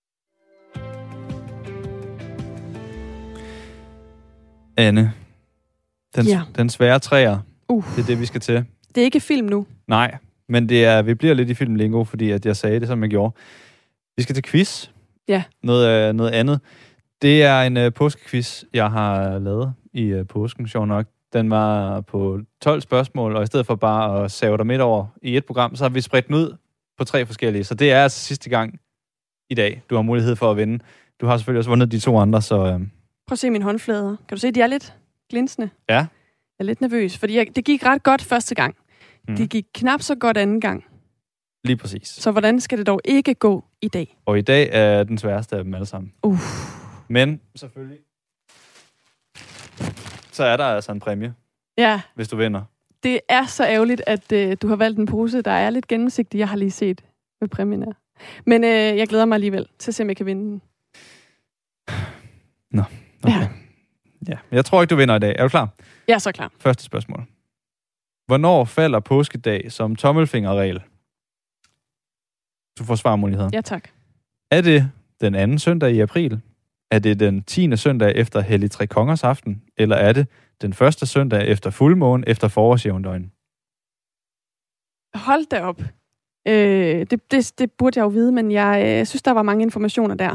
Anne, den, Ja. den svære træer, Uh. det er det, vi skal til. Det er ikke film nu. Nej, men det er, vi bliver lidt i filmlingo, fordi at jeg sagde det, som jeg gjorde. Vi skal til quiz. Ja. Noget, uh, noget andet. Det er en uh, påskequiz, jeg har lavet i uh, påsken, sjov nok. Den var på tolv spørgsmål, og i stedet for bare at save dig midt over i et program, så har vi spredt den ud på tre forskellige. Så det er altså sidste gang i dag, du har mulighed for at vinde. Du har selvfølgelig også vundet de to andre, så... Uh... Prøv at se mine håndflader. Kan du se, de er lidt glinsende? Ja. Jeg er lidt nervøs, fordi jeg, det gik ret godt første gang. Mm. Det gik knap så godt anden gang. Lige præcis. Så hvordan skal det dog ikke gå i dag? Og i dag er den sværeste af dem alle sammen. Uh. Men selvfølgelig, så er der altså en præmie, Ja, hvis du vinder. det er så ærgerligt, at øh, du har valgt en pose, der er lidt gennemsigtig. Jeg har lige set, hvad præmien er. Men øh, jeg glæder mig alligevel til at se, om jeg kan vinde den. Nå, okay. Ja. ja. Jeg tror ikke, du vinder i dag. Er du klar? Jeg er så klar. Første spørgsmål. Hvornår falder påskedag som tommelfingerregel? Du får svarmuligheder. Ja, tak. Er det den anden søndag i april? Er det den tiende søndag efter Hellig Tre Kongers aften? Eller er det den første søndag efter fuldmåne efter forårsjævndøgn? Hold da op. Øh, det, det, det burde jeg jo vide, men jeg øh, synes, der var mange informationer der.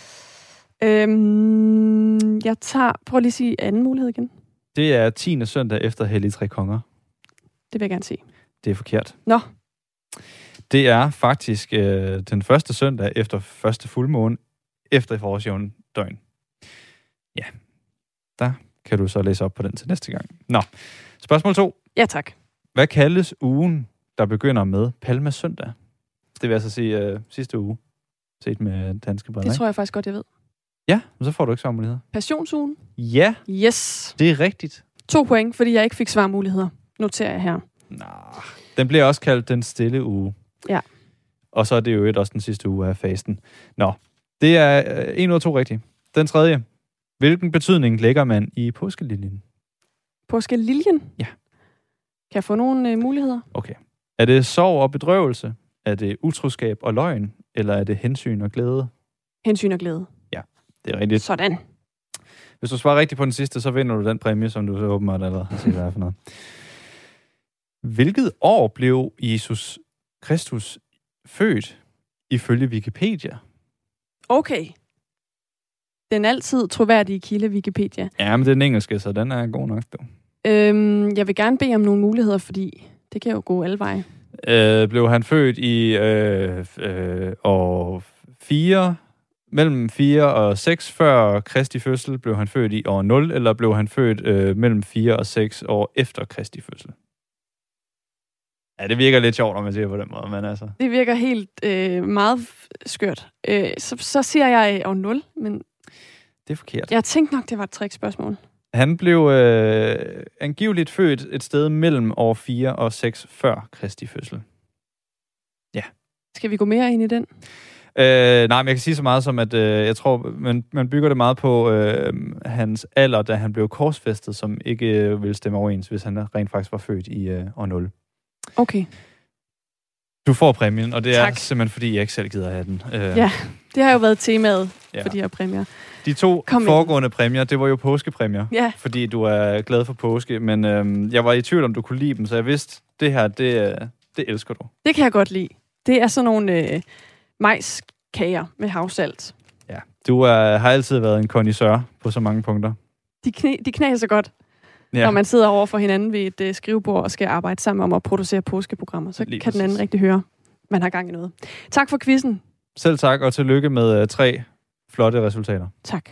Øhm, jeg tager... Prøv lige at sige anden mulighed igen. Det er tiende søndag efter Hellig Tre Konger. Det vil jeg gerne se. Det er forkert. Nå. Det er faktisk øh, den første søndag efter første fuldmåne efter forårsjævndøgn. Ja, der kan du så læse op på den til næste gang. Nå, spørgsmål to. Ja, tak. Hvad kaldes ugen, der begynder med Palmesøndag? Det vil altså sige øh, sidste uge, set med danske briller. Det tror jeg faktisk godt, jeg ved. Ja, men så får du ikke svarmuligheder. Passionsugen? Ja. Yes. Det er rigtigt. To point, fordi jeg ikke fik svarmuligheder. Noterer jeg her. Nå, den bliver også kaldt den stille uge. Ja. Og så er det jo et også den sidste uge af fasten. Nå, det er øh, en ud af to rigtige. Den tredje. Hvilken betydning lægger man i påskeliljen? Påskeliljen? Ja. Kan jeg få nogle øh, muligheder? Okay. Er det sorg og bedrøvelse? Er det utroskab og løgn? Eller er det hensyn og glæde? Hensyn og glæde. Ja, det er rigtigt. Sådan. Hvis du svarer rigtigt på den sidste, så vinder du den præmie, som du så åbenbart allerede har set, hvad er for noget. Hvilket år blev Jesus Kristus født ifølge Wikipedia? Okay. Den altid troværdige kilde Wikipedia. Ja, men det er den engelske, så den er god nok, du. Øhm, jeg vil gerne bede om nogle muligheder, fordi det kan jo gå alle veje. Øh, blev han født i øh, øh, år fire, mellem fire og seks før Kristi fødsel? Blev han født i år nul, eller blev han født øh, mellem fire og seks år efter Kristi fødsel? Ja, det virker lidt sjovt, når man siger på den måde, men altså... Det virker helt øh, meget skørt. Øh, så, så siger jeg år nul, men... Det er forkert. Jeg tænkte nok, det var et trickspørgsmål. Han blev øh, angiveligt født et sted mellem år fire og seks før Kristi fødsel. Ja. Skal vi gå mere ind i den? Øh, nej, men jeg kan sige så meget som, at øh, jeg tror, man, man bygger det meget på øh, hans alder, da han blev korsfæstet, som ikke øh, ville stemme overens, hvis han rent faktisk var født i øh, år nul. Okay. Du får præmien, og det tak. er simpelthen, fordi jeg ikke selv gider have den. Øh, ja, det har jo været temaet ja. for de her præmier. De to Kom foregående ind. præmier, det var jo påskepræmier, ja. fordi du er glad for påske, men øh, jeg var i tvivl, om du kunne lide dem, så jeg vidste, det her, det, det elsker du. Det kan jeg godt lide. Det er sådan nogle øh, majskager med havsalt. Ja, du er, har altid været en connoisseur på så mange punkter. De, knæ, de knaser godt, ja. Når man sidder over for hinanden ved et øh, skrivebord og skal arbejde sammen om at producere påskeprogrammer. Så Lige kan præcis. Den anden rigtig høre, man har gang i noget. Tak for quizzen. Selv tak, og tillykke med uh, tre flotte resultater. Tak.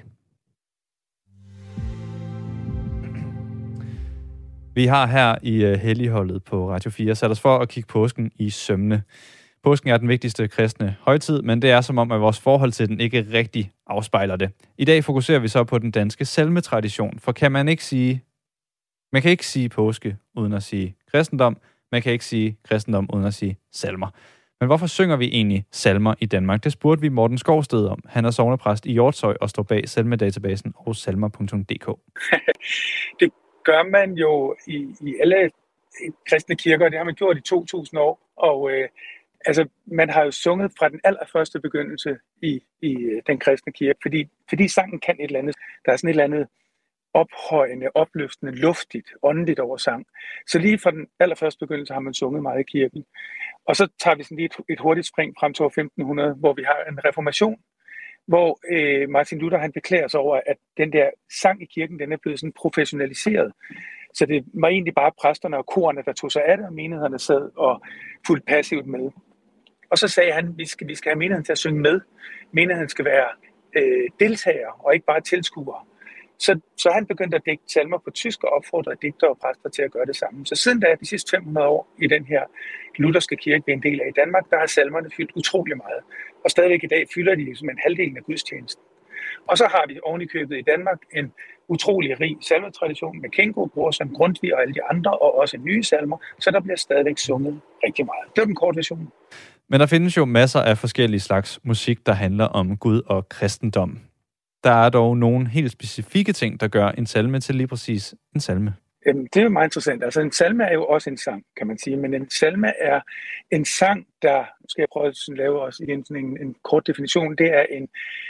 Vi har her i uh, Helligholdet på Radio fire sat os for at kigge påsken i sømmene. Påsken er den vigtigste kristne højtid, men det er som om, at vores forhold til den ikke rigtig afspejler det. I dag fokuserer vi så på den danske salmetradition, for kan man ikke sige, man kan ikke sige påske uden at sige kristendom, man kan ikke sige kristendom uden at sige salmer. Men hvorfor synger vi egentlig salmer i Danmark? Det spurgte vi Morten Skovsted om. Han er sognepræst i Hjortshøj og står bag salmedatabasen og salmer punktum d k. Det gør man jo i, i alle kristne kirker, det har man gjort i to tusind år, og øh, altså, man har jo sunget fra den allerførste begyndelse i, i den kristne kirke, fordi, fordi sangen kan et eller andet. Der er sådan et eller andet ophøjende, opløftende, luftigt, åndeligt over sang. Så lige fra den allerførste begyndelse har man sunget meget i kirken. Og så tager vi sådan lige et, et hurtigt spring frem til år femten hundrede, hvor vi har en reformation, hvor øh, Martin Luther han beklager sig over, at den der sang i kirken, den er blevet sådan professionaliseret. Så det var egentlig bare præsterne og korerne, der tog sig af det, og menighederne sad og fulgte passivt med. Og så sagde han, at vi skal, vi skal have menigheden til at synge med. Menigheden skal være øh, deltagere og ikke bare tilskuere. Så, så han begyndte at digte salmer på tysk og opfordrede digtere og præster til at gøre det samme. Så siden da, de sidste fem hundrede år i den her lutherske kirke, vi er en del af i Danmark, der har salmerne fyldt utrolig meget. Og stadigvæk i dag fylder de som en halvdel af gudstjenesten. Og så har vi oven i købet i Danmark en utrolig rig salmetradition med Kengo, Brorson, Grundtvig og alle de andre, og også nye salmer, så der bliver stadigvæk sunget rigtig meget. Det er den korte version. Men der findes jo masser af forskellige slags musik, der handler om Gud og kristendom. Der er dog nogle helt specifikke ting, der gør en salme til lige præcis en salme. Det er jo meget interessant. Altså en salme er jo også en sang, kan man sige, men en salme er en sang, der, nu skal jeg prøve at lave også igen sådan en, en kort definition, det er en,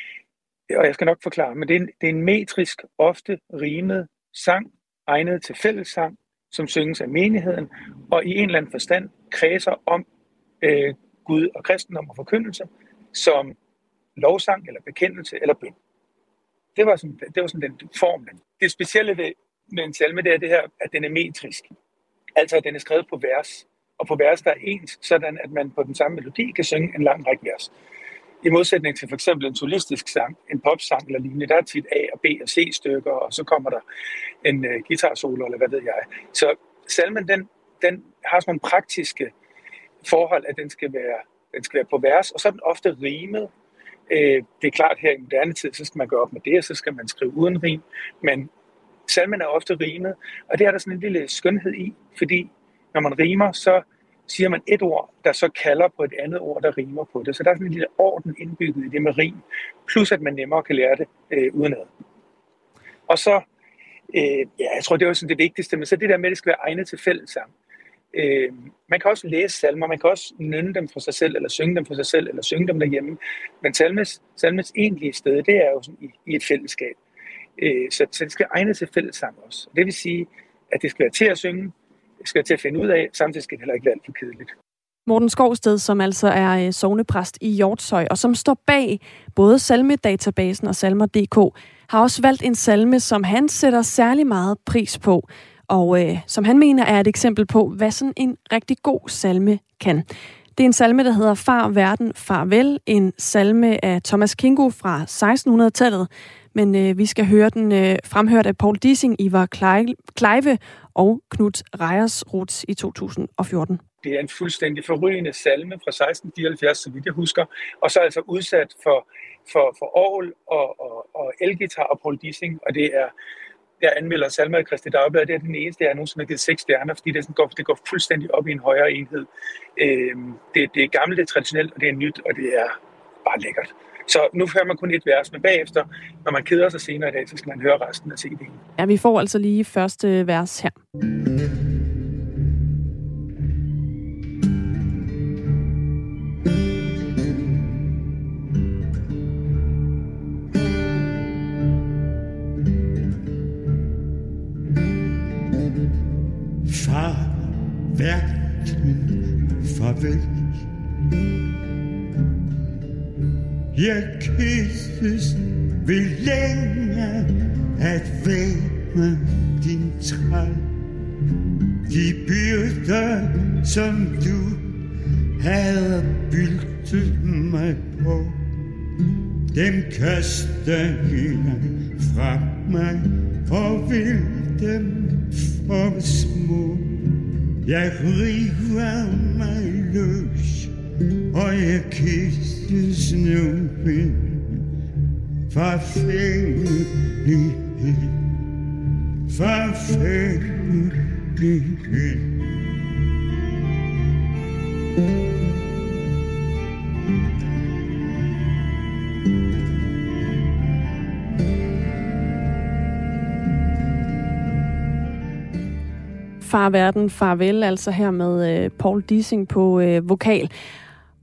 og jeg skal nok forklare, men det er en, det er en metrisk, ofte rimet sang, egnet til fællessang, som synges af menigheden, og i en eller anden forstand kredser om øh, Gud og kristendom og forkyndelse, som lovsang eller bekendelse eller bøn. Det var sådan, det var sådan den formlen. Det specielle ved med en salme, det er det her, at den er metrisk. Altså, at den er skrevet på vers. Og på vers, der er ens, sådan at man på den samme melodi kan synge en lang række vers. I modsætning til for eksempel en solistisk sang, en popsang eller lignende, der er tit A og B og C stykker, og så kommer der en uh, guitarsolo, eller hvad ved jeg. Så salmen, den, den har sådan nogle praktiske forhold, at den skal være, den skal være på vers, og så er den ofte rimet. Øh, det er klart, her i moderne tid, så skal man gå op med det, og så skal man skrive uden rim, men salmen er ofte rimet, og det er der sådan en lille skønhed i, fordi når man rimer, så siger man et ord, der så kalder på et andet ord, der rimer på det. Så der er sådan en lille orden indbygget i det med rim, plus at man nemmere kan lære det øh, udenad. Og så, øh, ja, jeg tror, det er sådan det vigtigste, men så det der med, at det skal være egnet til fællessang. Øh, man kan også læse salmer, man kan også nynne dem for sig selv, eller synge dem for sig selv, eller synge dem derhjemme. Men salmes, salmes egentlige sted, det er jo sådan i, i et fællesskab. Øh, så, så det skal egnet til fællessang også. Det vil sige, at det skal være til at synge, det skal være til at finde ud af, samtidig skal det heller ikke være alt for kedeligt. Morten Skovsted, som altså er sognepræst i Hjortshøj, og som står bag både salmedatabasen og salmer punktum d k, har også valgt en salme, som han sætter særlig meget pris på, og øh, som han mener er et eksempel på, hvad sådan en rigtig god salme kan. Det er en salme, der hedder Far verden, farvel, en salme af Thomas Kingo fra sekstenhundredetallet, men øh, vi skal høre den øh, fremhørt af Paul Dissing, Ivar Kleive og Knut Reiersrud i to tusind og fjorten. Det er en fuldstændig forrygende salme fra seksten fireoghalvfjerds, så vidt jeg husker, og så altså udsat for, for, for orgel og, og, og elgitar og Paul Dissing, og det er, jeg anmelder salmer i Kristi Dagblad, det er den eneste, jeg nogensinde har givet seks stjerner, fordi det, sådan går, det går fuldstændig op i en højere enhed. Øhm, det, det er gammelt, det er traditionelt, og det er nyt, og det er bare lækkert. Så nu hører man kun et vers, men bagefter, når man keder sig senere i dag, så skal man høre resten af C D'en. Ja, vi får altså lige første vers her. Far, verden, farvel. Jeg kysses ved længe at være din træl. De byrder, som du havde byltet mig på, dem kaster jeg fra mig og vil dem for små. Jeg river mig løs, og jeg kysses nu ved forfængelighed, forfængelighed. Far verden, farvel, altså her med øh, Paul Dissing på øh, vokal.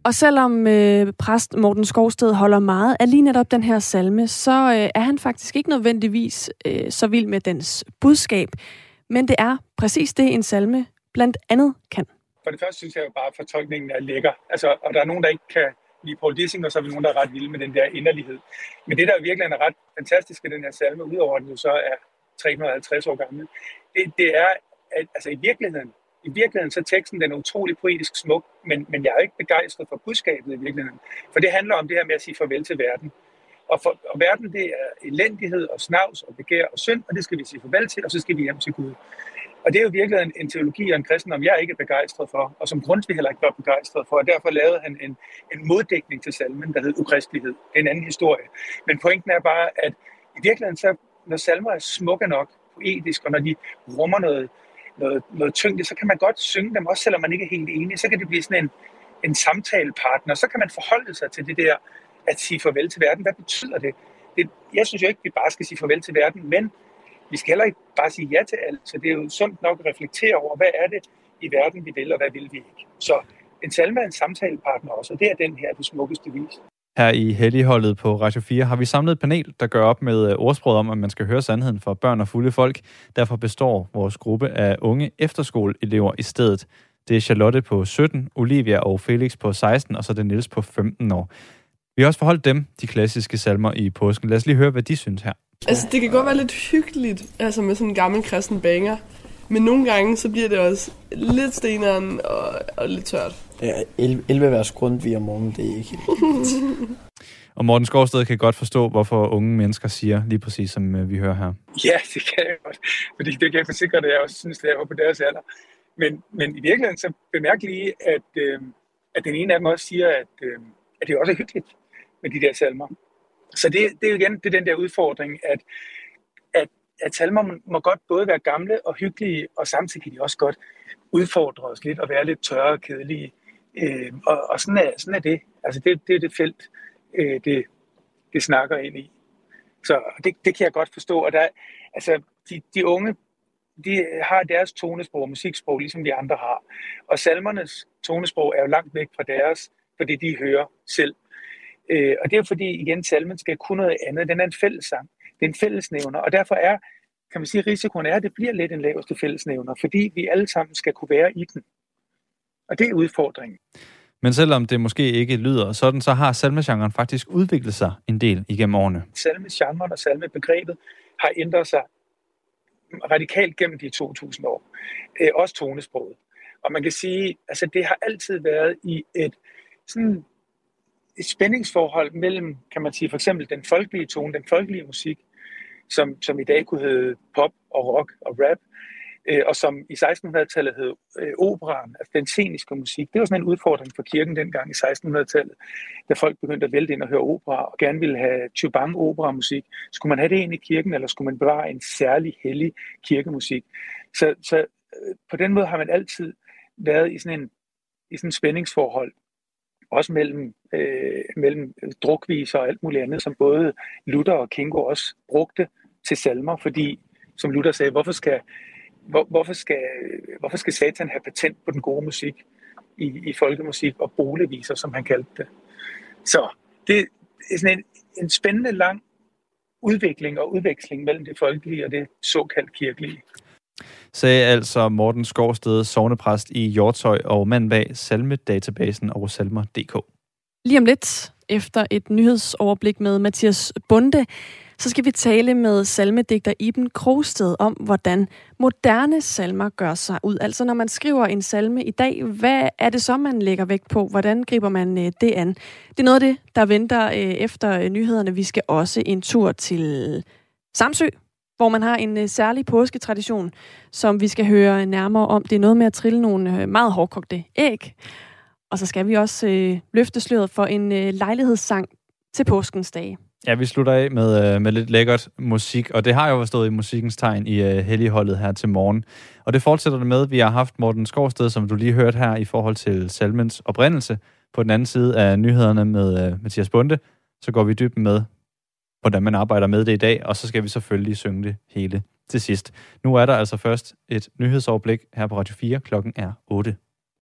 Og selvom øh, præst Morten Skovsted holder meget af lige netop den her salme, så øh, er han faktisk ikke nødvendigvis øh, så vild med dens budskab. Men det er præcis det, en salme blandt andet kan. For det første synes jeg jo bare, at fortolkningen er lækker. Altså, og der er nogen, der ikke kan lide Paul Dissing, og så er vi nogen, der er ret vilde med den der inderlighed. Men det, der virkelig er ret fantastisk i den her salme, udover at den jo så er tre hundrede og halvtreds år gammel, det, det er, at altså, i virkeligheden, i virkeligheden så teksten den er utrolig poetisk smuk, men, men jeg er ikke begejstret for budskabet i virkeligheden. For det handler om det her med at sige farvel til verden. Og, for, og verden, det er elendighed og snavs og begær og synd, og det skal vi sige farvel til, og så skal vi hjem til Gud. Og det er jo virkelig en, en teologi og en kristendom, jeg ikke er begejstret for, og som Grundtvig heller ikke var begejstret for, og derfor lavede han en, en moddækning til salmen, der hed ukristelighed. Det er en anden historie. Men pointen er bare, at i virkeligheden, så, når salmer er smukke nok, poetisk, og når de rummer noget, noget, noget tyngde, så kan man godt synge dem, også selvom man ikke er helt enig. Så kan det blive sådan en, en samtalepartner. Så kan man forholde sig til det der at sige farvel til verden. Hvad betyder det? det jeg synes jo ikke, at vi bare skal sige farvel til verden, men vi skal heller ikke bare sige ja til alt, så det er jo sundt nok at reflektere over, hvad er det i verden, vi vil, og hvad vil vi ikke. Så en salme er en samtalepartner også, og det er den her på smukkeste vis. Her i Helligholdet på Radio fire har vi samlet et panel, der gør op med ordsproget om, at man skal høre sandheden for børn og fulde folk. Derfor består vores gruppe af unge efterskoleelever i stedet. Det er Charlotte på sytten, Olivia og Felix på seksten, og så er det Niels på femten år. Vi har også forholdt dem de klassiske salmer i påsken. Lad os lige høre, hvad de synes her. Altså, det kan godt være lidt hyggeligt, altså med sådan en gammel kristen banger. Men nogle gange, så bliver det også lidt steneren og, og lidt tørt. Ja, elleve vers Grundtvig om morgenen, det er ikke helt. Og Morten Skovsted kan godt forstå, hvorfor unge mennesker siger, lige præcis som vi hører her. Ja, det kan jeg godt. Fordi det kan jeg forsikre, at jeg også synes, det er på deres alder. Men, men i virkeligheden, så bemærk lige, at, øh, at den ene af dem også siger, at, øh, at det også er hyggeligt med de der salmer. Så det, det er jo igen det er den der udfordring, at, at, at salmer må godt både være gamle og hyggelige, og samtidig kan de også godt udfordre os lidt og være lidt tørre og kedelige. Øh, og og sådan, er, sådan er det. Altså det, det er det felt, øh, det, det snakker ind i. Så det, det kan jeg godt forstå. Og der, altså, de, de unge de har deres tonesprog og musiksprog, ligesom de andre har. Og salmernes tonesprog er jo langt væk fra deres, fordi de hører selv. Øh, og det er fordi, igen, salmen skal kunne noget andet. Den er en fællessang. Det er en fællesnævner. Og derfor er, kan man sige, risikoen er, at det bliver lidt en laveste fællesnævner, fordi vi alle sammen skal kunne være i den. Og det er udfordringen. Men selvom det måske ikke lyder sådan, så har salmegenren faktisk udviklet sig en del igennem årene. Salmegenren og salmebegrebet har ændret sig radikalt gennem de to tusind år. Øh, også tonesproget. Og man kan sige, altså det har altid været i et sådan et spændingsforhold mellem, kan man sige, for eksempel den folkelige tone, den folkelige musik, som, som i dag kunne hedde pop og rock og rap, øh, og som i sekstenhundredetallet hed øh, operaen, altså den sceniske musik. Det var sådan en udfordring for kirken dengang i sekstenhundredetallet, da folk begyndte at vælte ind og høre opera, og gerne ville have Chubang-opera-musik. Skulle man have det ind i kirken, eller skulle man bevare en særlig hellig kirkemusik? Så, så øh, på den måde har man altid været i sådan en i sådan en spændingsforhold, også mellem, øh, mellem drukviser og alt muligt andet, som både Luther og Kingo også brugte til salmer, fordi, som Luther sagde, hvorfor skal, hvor, hvorfor skal, hvorfor skal Satan have patent på den gode musik i, i folkemusik og boligviser, som han kaldte det. Så det er sådan en, en spændende lang udvikling og udveksling mellem det folkelige og det såkaldt kirkelige. Sagde altså Morten Skovsted, sognepræst i Hjortshøj og mand bag salmedatabasen og salmer punktum d k. Lige om lidt, efter et nyhedsoverblik med Mathias Bonde, så skal vi tale med salmedigter Iben Krogsted om, hvordan moderne salmer gør sig ud. Altså når man skriver en salme i dag, hvad er det så, man lægger vægt på? Hvordan griber man det an? Det er noget af det, der venter efter nyhederne. Vi skal også en tur til Samsø, hvor man har en særlig påsketradition, som vi skal høre nærmere om. Det er noget med at trille nogle meget hårdkogte æg. Og så skal vi også øh, løfte sløret for en øh, lejlighedssang til påskens dage. Ja, vi slutter af med, øh, med lidt lækkert musik, og det har jo stået i musikkens tegn i øh, Helligholdet her til morgen. Og det fortsætter det med, vi har haft Morten Skovsted, som du lige hørte her, i forhold til salmens oprindelse. På den anden side af nyhederne med øh, Mathias Bonde, så går vi i dybden med, hvordan man arbejder med det i dag, og så skal vi selvfølgelig synge det hele til sidst. Nu er der altså først et nyhedsoverblik her på Radio fire. Klokken er otte.